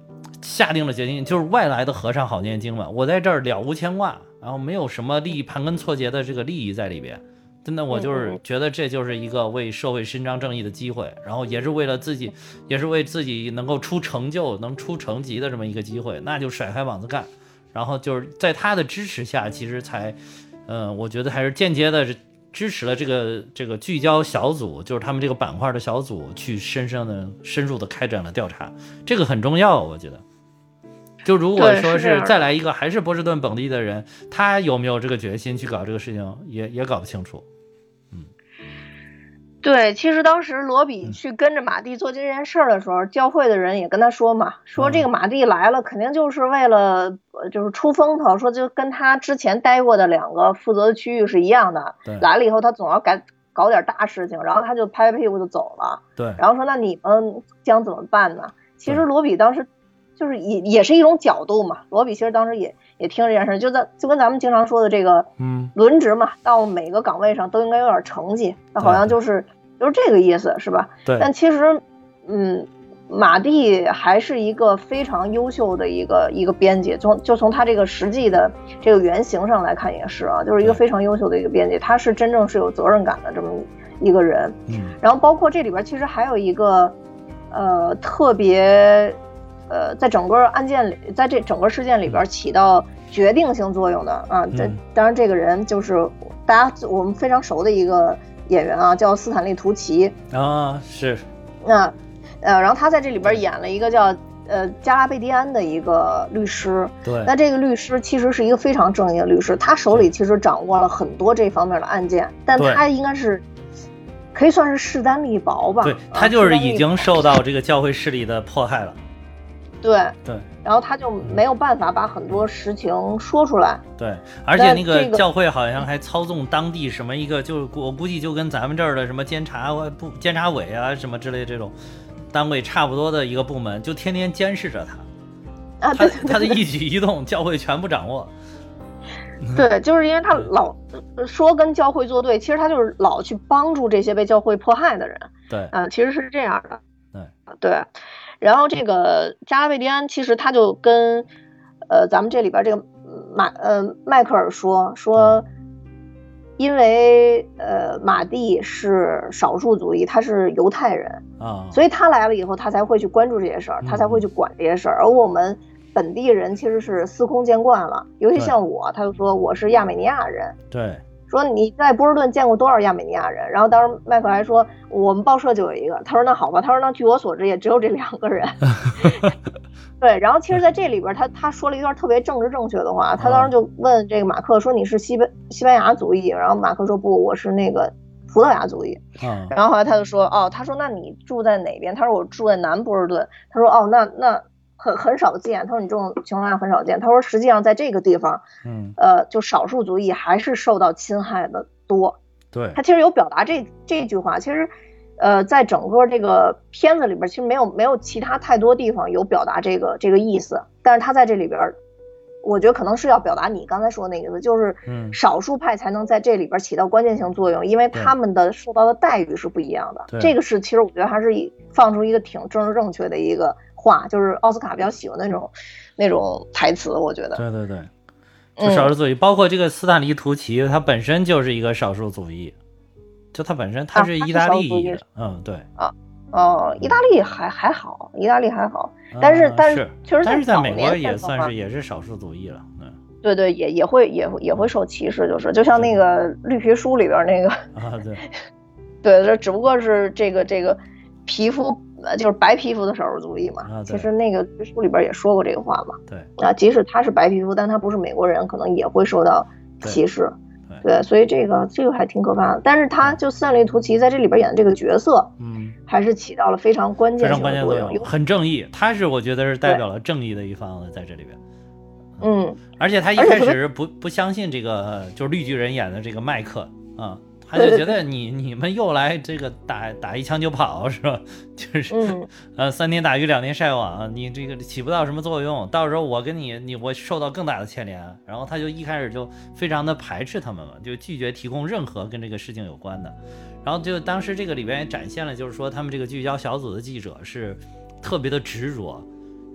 下定了决心，就是外来的和尚好念经嘛，我在这儿了无牵挂，然后没有什么利益盘根错节的这个利益在里边。真的，我就是觉得这就是一个为社会伸张正义的机会，然后也是为了自己，也是为自己能够出成就、能出成绩的这么一个机会，那就甩开膀子干。然后就是在他的支持下，其实才，嗯、呃，我觉得还是间接的支持了这个这个聚焦小组，就是他们这个板块的小组，去深深的、深入的开展了调查，这个很重要，我觉得。就如果说是再来一个还是波士顿本地的人，他有没有这个决心去搞这个事情，也也搞不清楚。 对，其实当时罗比去跟着马蒂做这件事儿的时候，教会的人也跟他说嘛，说这个马蒂来了，肯定就是为了就是出风头，说就跟他之前待过的两个负责的区域是一样的，来了以后他总要改搞点大事情，然后他就拍拍屁股就走了。 对， 然后说那你们将怎么办呢？其实罗比当时就是也也是一种角度嘛，罗比其实当时也也听这件事，就在就跟咱们经常说的这个嗯轮值嘛，到每个岗位上都应该有点成绩，那好像就是就是这个意思，是吧？ 对。 但其实，嗯，马蒂还是一个非常优秀的一个一个编辑，从就从他这个实际的这个原型上来看也是啊，就是一个非常优秀的一个编辑，他是真正是有责任感的这么一个人。 嗯。 然后包括这里边其实还有一个，呃，特别，呃，在整个案件里，在这整个事件里边起到决定性作用的啊，这、嗯、当然这个人就是大家我们非常熟的一个演员啊，叫斯坦利·图奇啊，是， 那呃，然后他在这里边演了一个叫呃加拉贝蒂安的一个律师。 对， 那这个律师其实是一个非常正义的律师，他手里其实掌握了很多这方面的案件，但他应该是可以算是势单力薄吧。 对，他就是已经受到这个教会势力的迫害了。 对对， 然后他就没有办法把很多实情说出来。 对，而且那个教会好像还操纵当地什么一个，就是我估计就跟咱们这儿的什么监察部、监察委啊什么之类的这种单位差不多的一个部门，就天天监视着他。 啊，对对对， 他的一举一动，教会全部掌握。 对，就是因为他老说跟教会作对，其实他就是老去帮助这些被教会迫害的人。 对， 啊、呃，其实是这样的。 对对。然后这个加拉贝蒂安其实他就跟呃咱们这里边这个马呃迈克尔说说，因为呃马蒂是少数族裔，他是犹太人啊， 所以他来了以后，他才会去关注这些事儿，他才会去管这些事儿。而我们本地人其实是司空见惯了，尤其像我，他就说我是亚美尼亚人。 对。 说你在波士顿见过多少亚美尼亚人？然后当时麦克还说我们报社就有一个。他说那好吧，他说那据我所知也只有这两个人。对，然后其实在这里边他他说了一段特别政治正确的话，他当时就问这个马克说你是西班西班牙族裔？然后马克说不，我是那个葡萄牙族裔。 嗯、 然后后来他就说哦，他说那你住在哪边？他说我住在南波士顿。他说哦，那那。很很少见，他说你这种情况下很少见。他说实际上在这个地方， 嗯， 呃，就少数族裔还是受到侵害的多。 对， 他其实有表达这这句话，其实，呃，在整个这个片子里边，其实没有没有其他太多地方有表达这个这个意思，但是他在这里边，我觉得可能是要表达你刚才说的那个意思，就是少数派才能在这里边起到关键性作用，因为他们的受到的待遇是不一样的。这个是其实我觉得还是放出一个挺政治正确的一个话，就是奥斯卡比较喜欢那种那种台词，我觉得。 对对对，就少数族裔、嗯，包括这个斯坦利·图奇，他本身就是一个少数族裔，就他本身他是意大利裔的、啊，嗯，对。 啊哦，意大利还还好，意大利还好，但是、 啊、 但是确实但是在美国也算是也是少数族裔了，嗯。 对对，也也会也也会受歧视，就是就像那个绿皮书里边那个啊，对， 对，这只不过是这个这个皮肤就是白皮肤的少数族裔嘛、 啊。 其实那个书里边也说过这个话嘛。 对啊，即使他是白皮肤，但他不是美国人，可能也会受到歧视。对，对所以这个这个还挺可怕的。但是他就斯坦利·图奇在这里边演的这个角色， 嗯， 还是起到了非常关键性的作用， 很正义。他是我觉得是代表了正义的一方的在这里边。 嗯， 而且他一开始不不相信这个就是绿巨人演的这个麦克啊、嗯，他就觉得你你们又来这个打打一枪就跑是吧？就是、 嗯、 呃三天打鱼两天晒网，你这个起不到什么作用，到时候我跟你你我受到更大的牵连。然后他就一开始就非常的排斥他们嘛，就拒绝提供任何跟这个事情有关的。然后就当时这个里边也展现了，就是说他们这个聚焦小组的记者是特别的执着。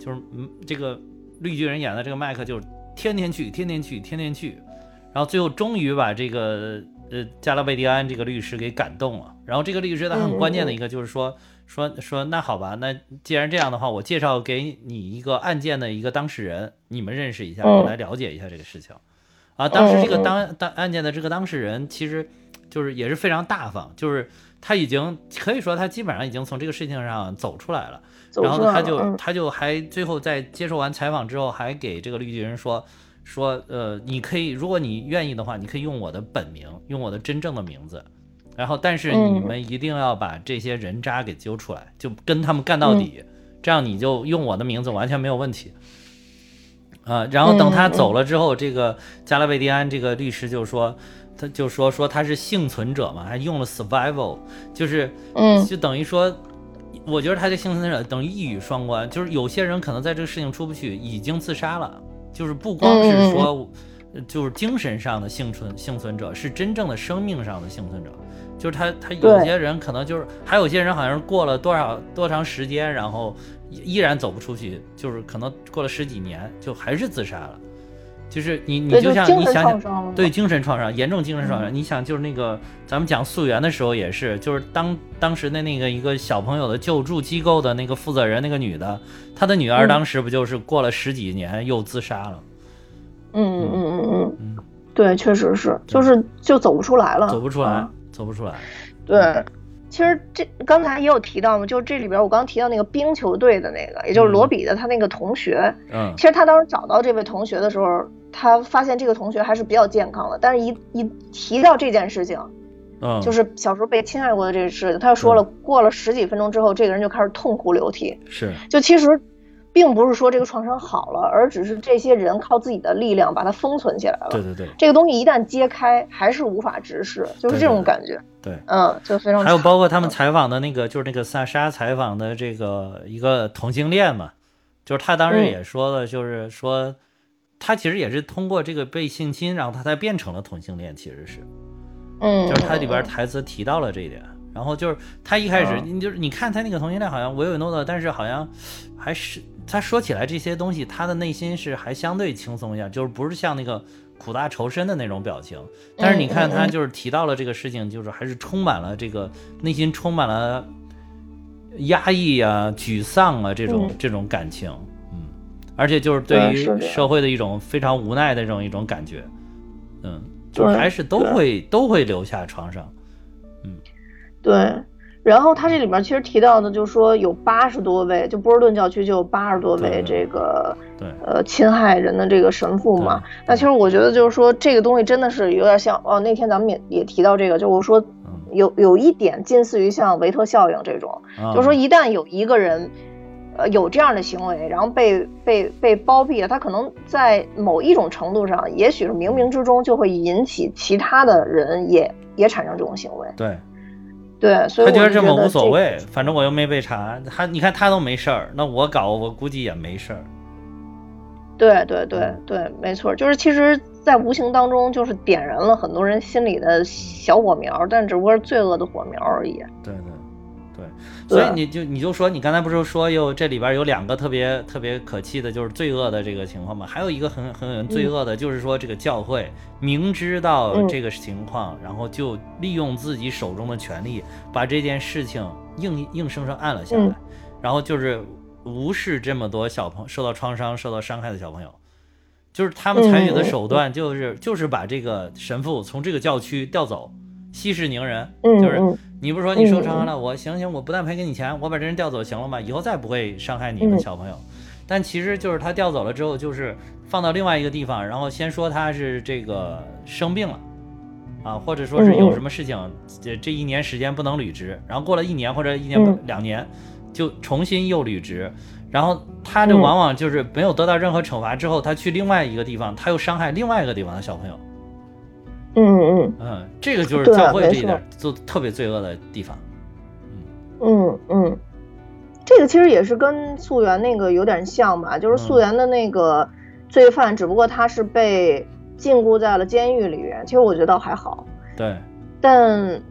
就是嗯这个绿巨人演的这个麦克就是天天去天天去天天去，然后最后终于把这个呃加拉贝蒂安这个律师给感动了。然后这个律师他很关键的一个就是说、嗯、说说那好吧，那既然这样的话，我介绍给你一个案件的一个当事人，你们认识一下，你来了解一下这个事情。啊，当时这个当当案件的这个当事人其实就是也是非常大方，就是他已经可以说他基本上已经从这个事情上走出来了。然后他就、嗯、他就还最后在接受完采访之后，还给这个绿巨人说说呃，你可以，如果你愿意的话，你可以用我的本名，用我的真正的名字，然后但是你们一定要把这些人渣给揪出来，嗯、就跟他们干到底、嗯，这样你就用我的名字完全没有问题。啊，然后等他走了之后，嗯、这个加拉贝蒂安这个律师就说，他就说说他是幸存者嘛，还用了 survival， 就是嗯，就等于说。我觉得他这幸存者等于一语双关，就是有些人可能在这个事情出不去，已经自杀了，就是不光是说，嗯、就是精神上的幸存幸存者，是真正的生命上的幸存者，就是他他有些人可能就是，还有些人好像是过了多少多长时间，然后依然走不出去，就是可能过了十几年，就还是自杀了。就是你，你就像你想想，对精神创伤，严重精神创伤、嗯。你想，就是那个咱们讲溯源的时候也是，就是当当时的那个一个小朋友的救助机构的那个负责人，那个女的，她的女儿当时不就是过了十几年又自杀了？ 嗯嗯嗯嗯嗯，对，确实是，就是就走不出来了， 走不出来，啊、走不出来。 对。其实这刚才也有提到嘛，就这里边我刚提到那个冰球队的那个，也就是罗比的他那个同学。嗯，其实他当时找到这位同学的时候，他发现这个同学还是比较健康的，但是一一提到这件事情，嗯，就是小时候被侵害过的这个事情，他就说了，过了十几分钟之后，这个人就开始痛哭流涕。 是， 就其实并不是说这个创伤好了，而只是这些人靠自己的力量把它封存起来了。 对对对， 这个东西一旦揭开，还是无法直视，就是这种感觉。 对， 嗯，就非常。 还有包括他们采访的那个，就是那个萨莎采访的这个一个同性恋嘛，就是他当时也说了，就是说、嗯、他其实也是通过这个被性侵，然后他才变成了同性恋，其实是， 嗯， 就是他里边台词提到了这一点。然后就是他一开始，你、嗯、就是你看他那个同性恋好像唯唯诺诺，但是好像还是他说起来这些东西，他的内心是还相对轻松一点，就是不是像那个苦大仇深的那种表情。但是你看他就是提到了这个事情，就是还是充满了这个内心充满了压抑啊、沮丧啊这种、嗯、这种感情，嗯，而且就是对于社会的一种非常无奈的这种一种感觉，嗯，就是还是都会都会留下创伤，嗯。 对，然后他这里面其实提到的就是说有八十多位，就波士顿教区就有八十多位这个对呃侵害人的这个神父嘛。那其实我觉得就是说这个东西真的是有点像哦，那天咱们也也提到这个，就是说有有一点近似于像维特效应这种，嗯、就是说一旦有一个人呃有这样的行为，然后被被被包庇了，他可能在某一种程度上，也许是冥冥之中就会引起其他的人也也产生这种行为。 对。 对，所以他觉得这么无所谓，反正我又没被查，他你看他都没事儿，那我搞我估计也没事儿。 对对对对，没错，就是其实，在无形当中就是点燃了很多人心里的小火苗，但只不过是罪恶的火苗而已。 对对对，所以你就你就说，你刚才不是说有这里边有两个特别特别可气的，就是罪恶的这个情况吗？还有一个很很罪恶的，就是说这个教会明知道这个情况，嗯、然后就利用自己手中的权力，把这件事情硬硬生生按了下来，嗯、然后就是无视这么多小朋友受到创伤、受到伤害的小朋友，就是他们采取的手段就是、嗯、就是把这个神父从这个教区调走，息事宁人， 嗯、 就是。你不是说你受伤了，我行行，我不但赔给你钱，我把这人调走行了吗？以后再不会伤害你们小朋友。但其实就是他调走了之后，就是放到另外一个地方，然后先说他是这个生病了啊，或者说是有什么事情，这这一年时间不能履职，然后过了一年或者一年两年就重新又履职，然后他这往往就是没有得到任何惩罚之后，他去另外一个地方，他又伤害另外一个地方的小朋友。 嗯嗯嗯，这个就是教会这一点做特别罪恶的地方。 嗯嗯，这个其实也是跟溯源那个有点像吧，就是溯源的那个罪犯，嗯、只不过他是被禁锢在了监狱里面，其实我觉得倒还好。 对， 但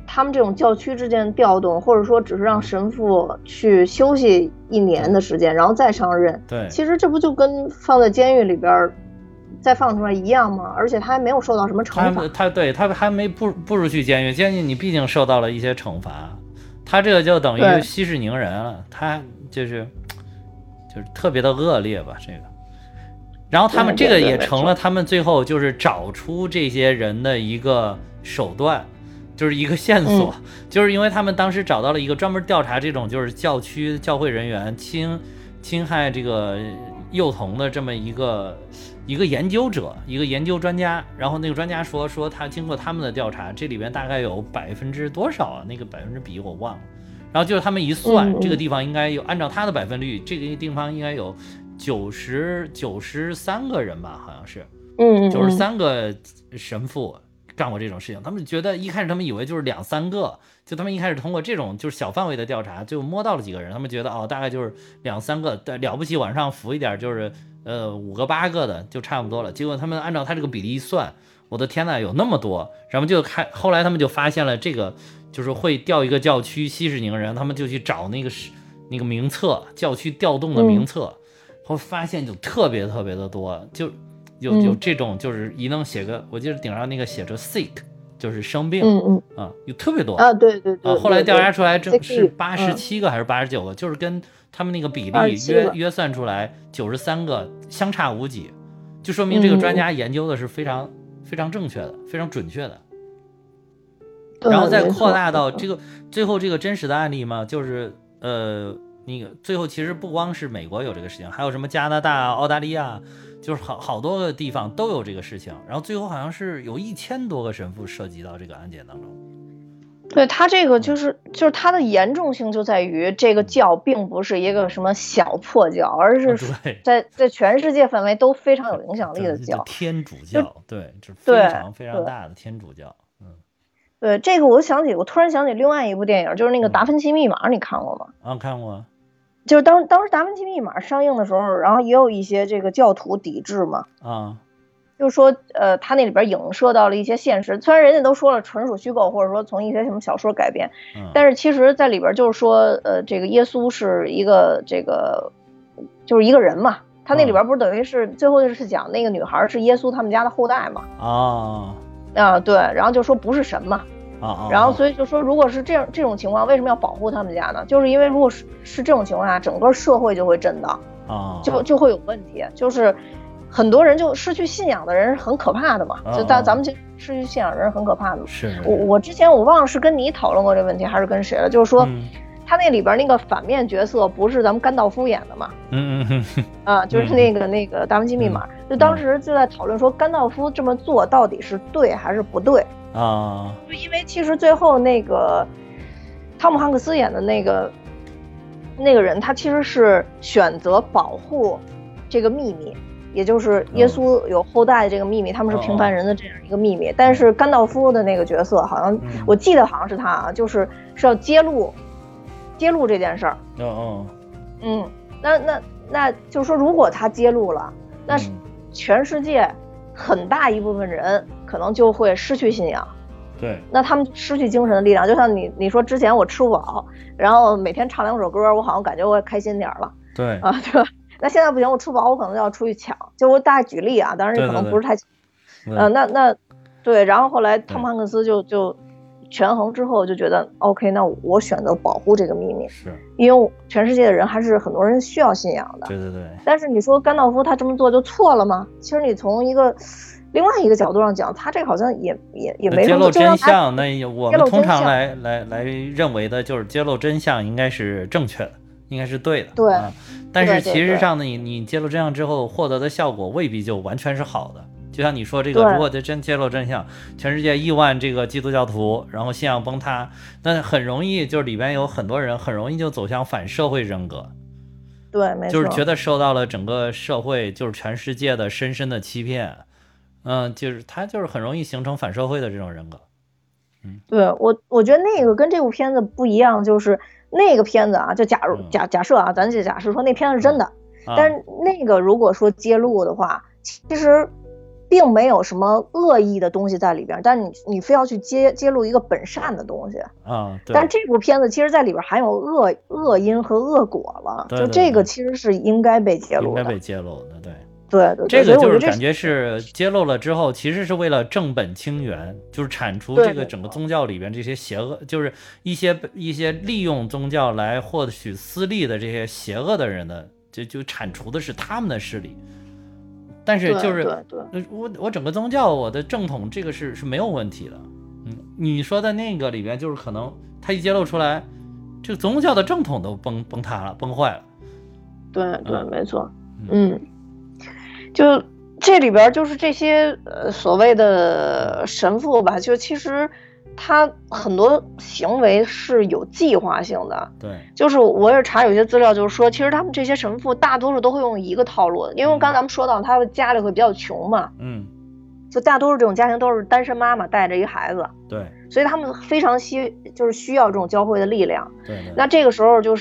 他们这种教区之间调动，或者说只是让神父去休息一年的时间，然后再上任。 对， 其实这不就跟放在监狱里边再放出来一样吗？而且他还没有受到什么惩罚。 他他对他还没步步入去监狱，监狱你毕竟受到了一些惩罚，他这个就等于息事宁人了，他就是就是特别的恶劣吧这个。然后他们这个也成了他们最后就是找出这些人的一个手段，就是一个线索，嗯、就是因为他们当时找到了一个专门调查这种就是教区教会人员侵侵害这个幼童的这么一个一个研究者，一个研究专家。然后那个专家说说他经过他们的调查，这里边大概有百分之多少啊？那个百分之比我忘了。然后就是他们一算，嗯、这个地方应该有按照他的百分率，这个地方应该有。九十九十三个人吧，好像是， 嗯， 九十三个神父干过这种事情。他们觉得一开始他们以为就是两三个，就他们一开始通过这种就是小范围的调查，就摸到了几个人。他们觉得哦，大概就是两三个，了不起往上浮一点就是呃五个八个的就差不多了。结果他们按照他这个比例一算，我的天呐，有那么多！然后就开，后来他们就发现了这个，就是会调一个教区息事宁人，他们就去找那个那个名册，教区调动的名册。嗯，后发现就特别特别的多，就有有这种就是一能写个，我记得顶上那个写着 sick 就是生病， 嗯嗯啊，有特别多啊，对对对， 啊，后来调查出来正是八十七个还是八十九个，就是跟他们那个比例约约算出来九十三个相差无几，就说明这个专家研究的是非常非常正确的，非常准确的。然后再扩大到这个最后这个真实的案例嘛，就是呃。那个最后其实不光是美国有这个事情，还有什么加拿大、澳大利亚，就是好好多个地方都有这个事情。然后最后好像是有一千多个神父涉及到这个案件当中。 对，他这个就是就是他的严重性就在于这个教并不是一个什么小破教，而是在在全世界范围都非常有影响力的教， 天主教，对，就是非常非常大的天主教。嗯， 对，这个我想起，我突然想起另外一部电影，就是那个《达芬奇密码》，你看过吗？ 啊，看过。 就是当当时《达芬奇密码》上映的时候，然后也有一些这个教徒抵制嘛， 啊， 就是说，呃，他那里边影射到了一些现实，虽然人家都说了纯属虚构，或者说从一些什么小说改编， 嗯、 但是其实在里边就是说，呃，这个耶稣是一个这个就是一个人嘛，他那里边不是等于是、嗯、最后就是讲那个女孩是耶稣他们家的后代嘛， 啊啊对，然后就说不是神嘛。 啊， 然后所以就说，如果是这样这种情况，为什么要保护他们家呢？就是因为如果是是这种情况下，整个社会就会震荡啊， 就就会有问题。就是很多人就失去信仰的人是很可怕的嘛，就咱咱们就失去信仰的人是很可怕的。 是我我之前我忘了是跟你讨论过这个问题，还是跟谁了？就是说， 嗯、 他那里边那个反面角色不是咱们甘道夫演的嘛？ 嗯嗯嗯啊，就是那个、嗯、那个达芬奇密码，就当时就在讨论说，甘道夫这么做到底是对还是不对？ 啊， 就因为其实最后那个汤姆汉克斯演的那个那个人，他其实是选择保护这个秘密，也就是耶稣有后代的这个秘密，他们是平凡人的这样一个秘密。但是甘道夫的那个角色，好像、嗯、我记得好像是他啊，就是是要揭露揭露这件事儿。 哦哦， 嗯，那那那就是说，如果他揭露了，那全世界很大一部分人可能就会失去信仰， 对， 那他们失去精神的力量。就像你你说之前我吃不饱，然后每天唱两首歌，我好像感觉我也开心点了， 对啊，对吧？那现在不行，我吃不饱，我可能就要出去抢。就我大概举例啊，当然这可能不是太，呃，那那对，然后后来汤姆汉克斯就就权衡之后就觉得 OK， 那我选择保护这个秘密， 是因为全世界的人还是很多人需要信仰的， 对对对。 但是你说甘道夫他这么做就错了吗？其实你从一个另外一个角度上讲，他这个好像也也也没揭露真相。那我们通常来来来认为的就是揭露真相应该是正确的，应该是对的， 对。 啊、但是其实上呢，你你揭露真相之后获得的效果未必就完全是好的。就像你说这个，如果真揭露真相，全世界亿万这个基督教徒，然后信仰崩塌，那很容易就是里边有很多人很容易就走向反社会人格。 对，没错， 就是觉得受到了整个社会就是全世界的深深的欺骗，嗯，就是他就是很容易形成反社会的这种人格。嗯， 对，我我觉得那个跟这部片子不一样，就是那个片子啊，就假如、嗯、假假设啊，咱就假设说那片子是真的， 嗯啊、 但是那个如果说揭露的话，其实并没有什么恶意的东西在里边，但你你非要去揭揭露一个本善的东西啊。对。 但这部片子其实在里边含有恶恶因和恶果了， 对对对， 就这个其实是应该被揭露的， 应该被揭露的，对。 对对， 这个就是感觉是揭露了之后，其实是为了正本清源，就是铲除这个整个宗教里边这些邪恶，就是一些一些利用宗教来获取私利的这些邪恶的人的，就就铲除的是他们的势力。但是就是我我整个宗教我的正统这个是是没有问题的，嗯，你说的那个里边就是可能他一揭露出来，这个宗教的正统都崩崩塌了，崩坏了。 对对，嗯、没错，嗯，就这里边就是这些呃所谓的神父吧，就其实他很多行为是有计划性的。 对， 就是我也查有些资料，就是说，其实他们这些神父大多数都会用一个套路，因为刚才咱们说到他们家里会比较穷嘛， 嗯， 就大多数这种家庭都是单身妈妈带着一孩子， 对， 所以他们非常需就是需要这种教会的力量。 对，对， 那这个时候就是，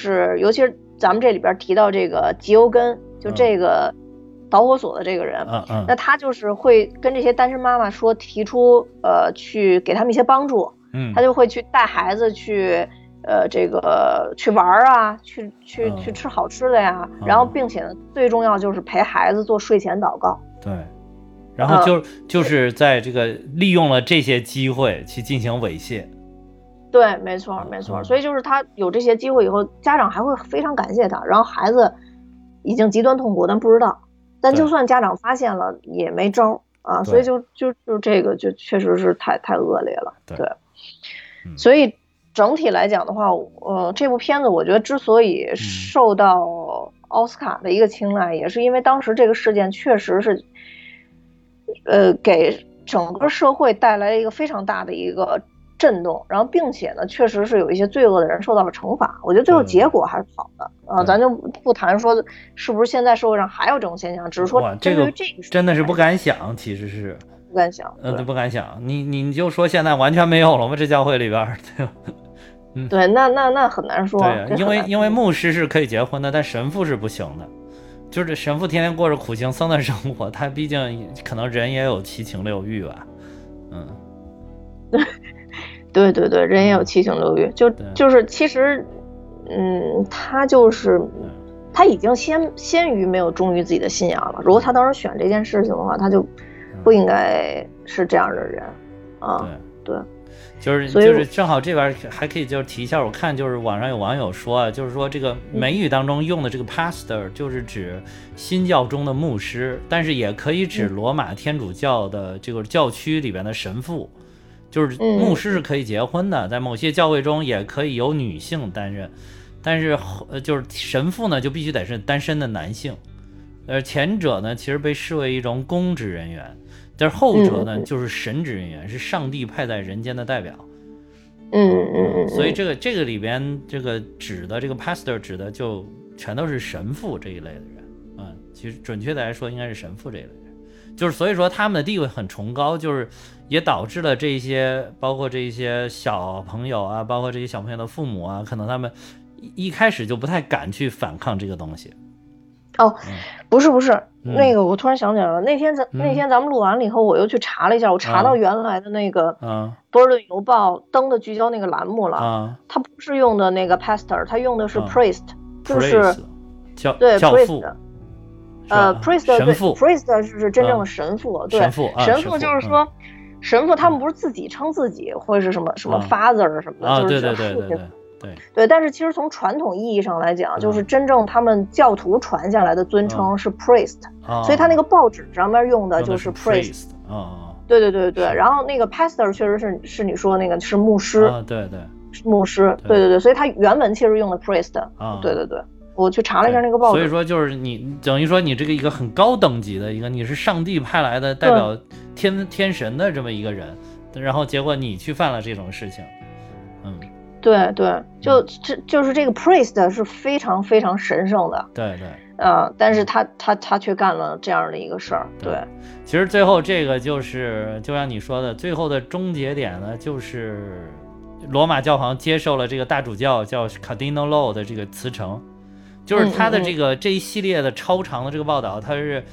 尤其是咱们这里边提到这个吉欧根，就这个导火索的这个人， 嗯嗯， 那他就是会跟这些单身妈妈说，提出呃去给他们一些帮助， 嗯， 他就会去带孩子去。呃，这个去玩啊，去去去吃好吃的呀， 嗯、 然后并且呢，最重要就是陪孩子做睡前祷告。 对，然后就、嗯、就是在这个利用了这些机会去进行猥亵。 对，没错没错、嗯。所以就是他有这些机会以后，家长还会非常感谢他，然后孩子已经极端痛苦，但不知道。但就算家长发现了，也没招啊。所以就就就这个就确实是太太恶劣了。对，对嗯、 所以。整体来讲的话，呃，这部片子我觉得之所以受到奥斯卡的一个青睐，嗯、也是因为当时这个事件确实是，呃，给整个社会带来了一个非常大的一个震动，然后并且呢，确实是有一些罪恶的人受到了惩罚。我觉得最后结果还是好的啊、呃，咱就不谈说是不是现在社会上还有这种现象，只是说针对于这个真的是不敢想，其实是不敢想， 呃，不敢想。你你就说现在完全没有了吗？这教会里边，对吧？ 嗯、对，那那那很难说。 对，因为因为牧师是可以结婚的，但神父是不行的。就是神父天天过着苦行僧的生活，他毕竟可能人也有七情六欲吧。嗯， 对对对，人也有七情六欲，就就是其实，嗯，他就是他已经先先于没有忠于自己的信仰了。如果他当时选这件事情的话，他就不应该是这样的人啊。对。对就是就是正好这边还可以就是提一下，我看就是网上有网友说啊，就是说这个美语当中用的这个 pastor 就是指新教中的牧师，但是也可以指罗马天主教的这个教区里边的神父，就是牧师是可以结婚的，在某些教会中也可以由女性担任，但是呃就是神父呢就必须得是单身的男性，呃前者呢其实被视为一种公职人员。但是后者呢， 嗯、 就是神职人员，是上帝派在人间的代表。 嗯嗯嗯。 所以这个这个里边这个指的这个 pastor 指的就全都是神父这一类的人。嗯，其实准确的来说应该是神父这一类的人。就是所以说他们的地位很崇高，就是也导致了这些包括这些小朋友啊，包括这些小朋友的父母啊，可能他们一开始就不太敢去反抗这个东西。 哦，不是不是、 嗯， 那个我突然想起来了，那天咱、嗯、那天咱们录完了以后，我又去查了一下，我查到原来的那个波士顿邮报登的聚焦那个栏目了， 啊， 他不是用的那个 pastor， 他用的是 priest，、啊、就是教对教父， 呃 priest 神父 priest 是真正的神父， 啊、 对， 神父、啊、 神父就是说、嗯、神父他们不是自己称自己或者是什么、嗯、什么 father 什么的， 啊、 就是对对对对对。对对，但是其实从传统意义上来讲、嗯、就是真正他们教徒传下来的尊称是 priest、嗯、所以他那个报纸上面用的就是 priest、 哦、 对对对对，然后那个 pastor 确实是是你说那个是牧师、 啊、对对是牧师，对对对，所以他原文其实用的 priest、 啊、 对对对，我去查了一下那个报纸， 所以说就是你等于说你这个一个很高等级的一个，你是上帝派来的代表天天神的这么一个人，然后结果你去犯了这种事情，嗯。 对对，就这就是这个 priest 是非常非常神圣的， 对对， 呃，但是他他他却干了这样的一个事儿，对。 其实最后这个就是就像你说的，最后的终结点呢，就是罗马教皇接受了这个大主教叫 Cardinal Law 的这个辞呈，就是他的这个、 嗯嗯、 这一系列的超长的这个报道，他是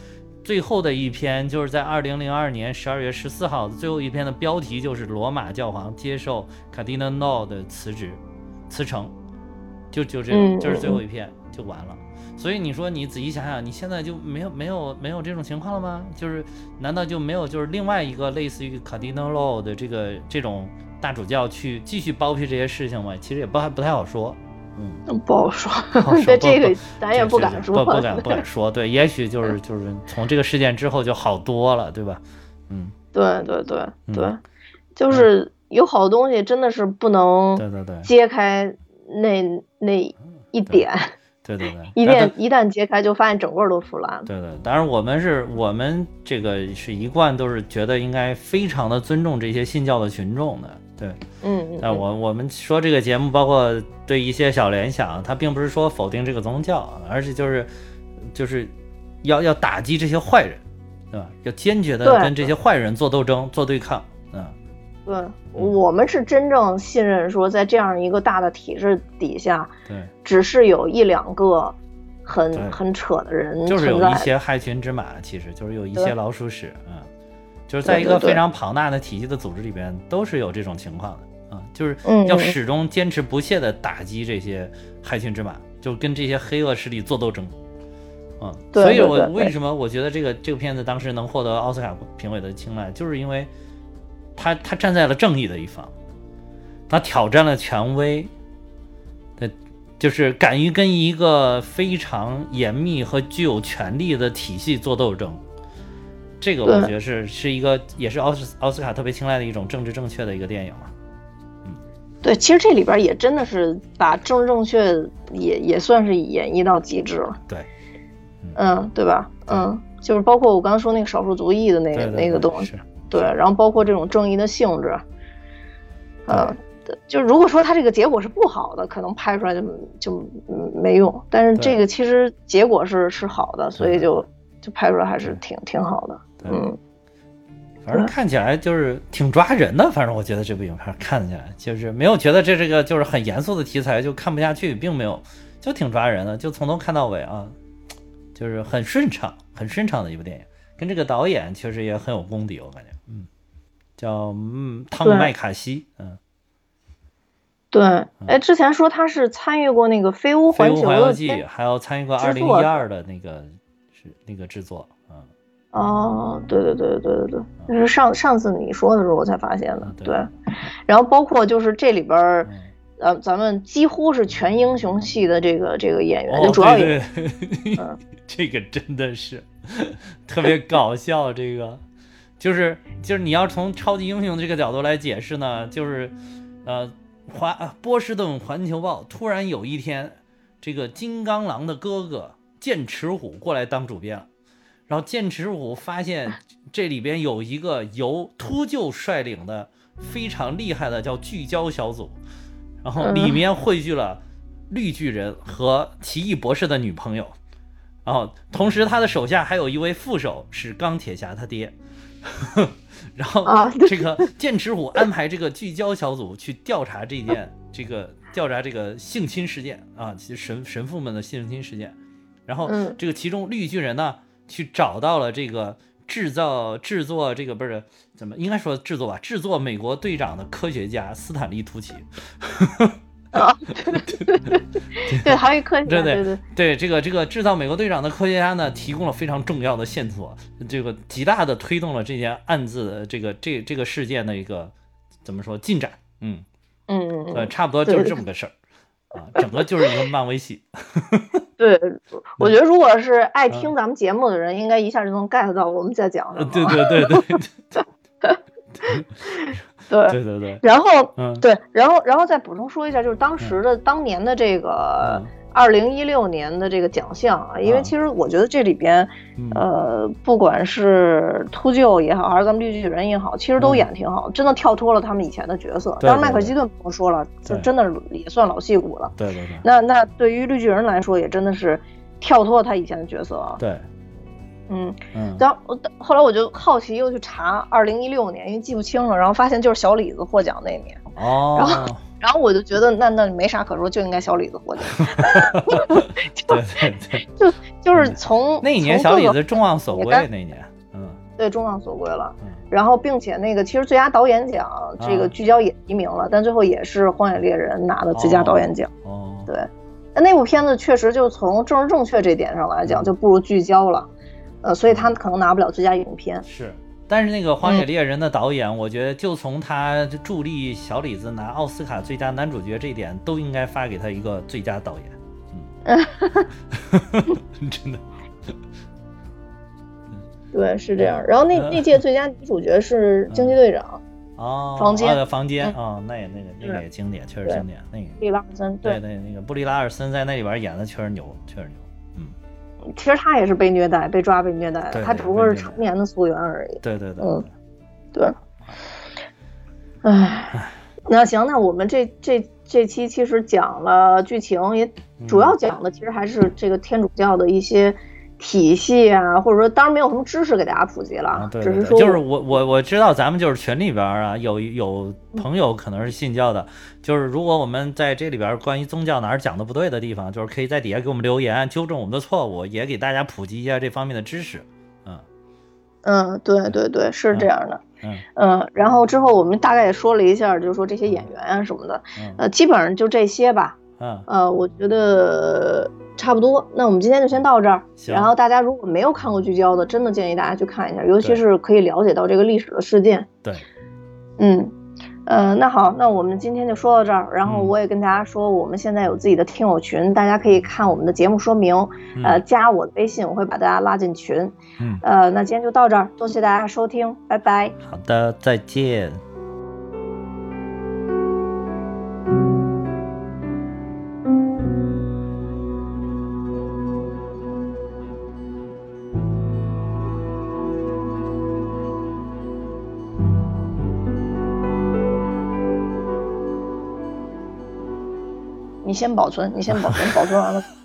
最后的一篇，就是在二零零二年十二月十四号的最后一篇的标题就是罗马教皇接受 Cardinal Nol 的辞职辞呈，就就这个就是最后一篇就完了。所以你说你仔细想想，你现在就没有没有没有这种情况了吗？就是难道就没有就是另外一个类似于 Cardinal Nol 的这个这种大主教去继续包庇这些事情吗？其实也不还不太好说。 嗯，不好说，对这个咱也不敢说， 不不敢不敢说。对，也许就是就是从这个事件之后就好多了，对吧？嗯， 对对对对，嗯、就是有好东西真的是不能对对对揭开那那一点。 对对对， 一旦一旦揭开，就发现整个都腐烂了。 对对，当然我们是我们这个是一贯都是觉得应该非常的尊重这些信教的群众的，对， 嗯， 但我我们说这个节目，包括对一些小联想，它并不是说否定这个宗教，而且就是就是要要打击这些坏人，对吧？要坚决的跟这些坏人做斗争、做对抗，嗯。 对，我们是真正信任说，在这样一个大的体制底下， 对， 只是有一两个很很扯的人， 就是有一些害群之马，其实就是有一些老鼠屎，嗯，就是在一个非常庞大的体系的组织里边，都是有这种情况的，啊、嗯，就是要始终坚持不懈的打击这些害群之马，就跟这些黑恶势力做斗争，嗯，所以我为什么我觉得这个这个片子当时能获得奥斯卡评委的青睐，就是因为。他他站在了正义的一方，他挑战了权威，对，就是敢于跟一个非常严密和具有权力的体系做斗争。这个我觉得是是一个，也是奥斯奥斯卡特别青睐的一种政治正确的一个电影嘛。 嗯，对，其实这里边也真的是把政治正确也也算是演绎到极致了。 对， 嗯，嗯对吧？嗯，就是包括我刚刚说那个少数族裔的那个对对对那个东西。 是对，然后包括这种正义的性质，呃，就如果说它这个结果是不好的，可能拍出来就就没用。但是这个其实结果是是好的，所以就就拍出来还是挺挺好的。嗯， 反正看起来就是挺抓人的。反正我觉得这部影片看起来就是没有觉得这这个就是很严肃的题材就看不下去，并没有，就挺抓人的，就从头看到尾啊，就是很顺畅，很顺畅的一部电影。跟这个导演确实也很有功底，我感觉，嗯，叫嗯汤姆麦卡锡，嗯， 对，哎，之前说他是参与过那个《飞屋环球》 的，还有参与过二零一二的那个是那个制作，嗯， 哦，对对对对对对，那、嗯、是上上次你说的时候我才发现的， 嗯、对, 对，然后包括就是这里边。嗯呃，咱们几乎是全英雄系的这个这个演员， 哦、 就主要演员， 对对嗯、这个真的是特别搞笑。这个就是就是你要从超级英雄这个角度来解释呢，就是呃，华波士顿环球报突然有一天，这个金刚狼的哥哥剑齿虎过来当主编了，然后剑齿虎发现这里边有一个由秃鹫率领的非常厉害的叫聚焦小组。然后里面汇聚了绿巨人和奇异博士的女朋友，然后同时他的手下还有一位副手是钢铁侠他爹，然后这个剑齿虎安排这个聚焦小组去调查这件这个调查这个性侵事件啊，其实神神父们的性侵事件，然后这个其中绿巨人呢去找到了这个制造制作这个不是怎么应该说制作吧，制作美国队长的科学家斯坦利图奇。 啊，对对对，还有科学家， 对对对对，这个这个制造美国队长的科学家呢，提供了非常重要的线索，这个极大的推动了这件案子这个这这个事件的一个怎么说进展，嗯嗯嗯，差不多就是这么个事儿啊，整个就是一个漫威系。 对，我觉得如果是爱听咱们节目的人，应该一下就能 get 到我们在讲什么。 对对对对对。 对对对对， 然后、 嗯、 对，然后然后再补充说一下，就是当时的、嗯、当年的这个二零一六年的这个奖项啊、嗯，因为其实我觉得这里边、嗯、呃，不管是秃鹫也好，还是咱们绿巨人也好，其实都演挺好，嗯、真的跳脱了他们以前的角色。当然迈克尔基顿不用说了，就真的也算老戏骨了。 对对对。 那那对于绿巨人来说，也真的是跳脱了他以前的角色啊。 对。 嗯嗯，然后后来我就好奇又去查二零一六年，因为记不清了，然后发现就是小李子获奖那年。 哦。 然后然后我就觉得那那没啥可说，就应该小李子获奖。 对对对。 就就是从那一年小李子众望所归，那一年，嗯， 对，众望所归了。嗯、然后，并且那个其实最佳导演奖，这个聚焦也提名了，啊、但最后也是《荒野猎人》拿的最佳导演奖。 哦， 对，那那部片子确实就从政治正确这点上来讲，就不如聚焦了，呃，所以他可能拿不了最佳影片。 是。但是那个《荒野猎人》的导演，嗯、我觉得就从他助力小李子拿奥斯卡最佳男主角这一点，都应该发给他一个最佳导演。嗯，真的。 对，是这样。然后那那届最佳女主角是惊奇队长。 哦， 房间， 哦、房间，嗯、哦，那也那个那个也经典，确实经典。那个布里拉尔森， 对对，那个布里拉尔森在那里边演的确实牛，确实牛。嗯。 其实他也是被虐待、被抓、被虐待的，他只不过是常年的溯源而已。 对对对， 嗯，对。唉，那行，那我们这这这期其实讲了剧情，也主要讲的其实还是这个天主教的一些体系啊，或者说当然没有什么知识给大家普及了， 啊、对对对只是说就是我我我知道咱们就是群里边啊有有朋友可能是信教的，嗯、就是如果我们在这里边关于宗教哪儿讲的不对的地方，就是可以在底下给我们留言纠正我们的错误，也给大家普及一下这方面的知识。嗯嗯，对对对，是这样的。 嗯嗯，然后之后我们大概也说了一下，就是说这些演员啊什么的， 嗯、 呃，基本上就这些吧。 嗯， 呃，我觉得差不多。那我们今天就先到这儿。然后大家如果没有看过聚焦的，真的建议大家去看一下，尤其是可以了解到这个历史的事件。 对， 嗯，呃，那好，那我们今天就说到这儿。然后我也跟大家说，我们现在有自己的听友群，大家可以看我们的节目说明，呃，加我的微信，我会把大家拉进群。 嗯， 呃，那今天就到这儿，多谢大家收听，拜拜。 好的，再见。 你先保存，你先保存，保存完了。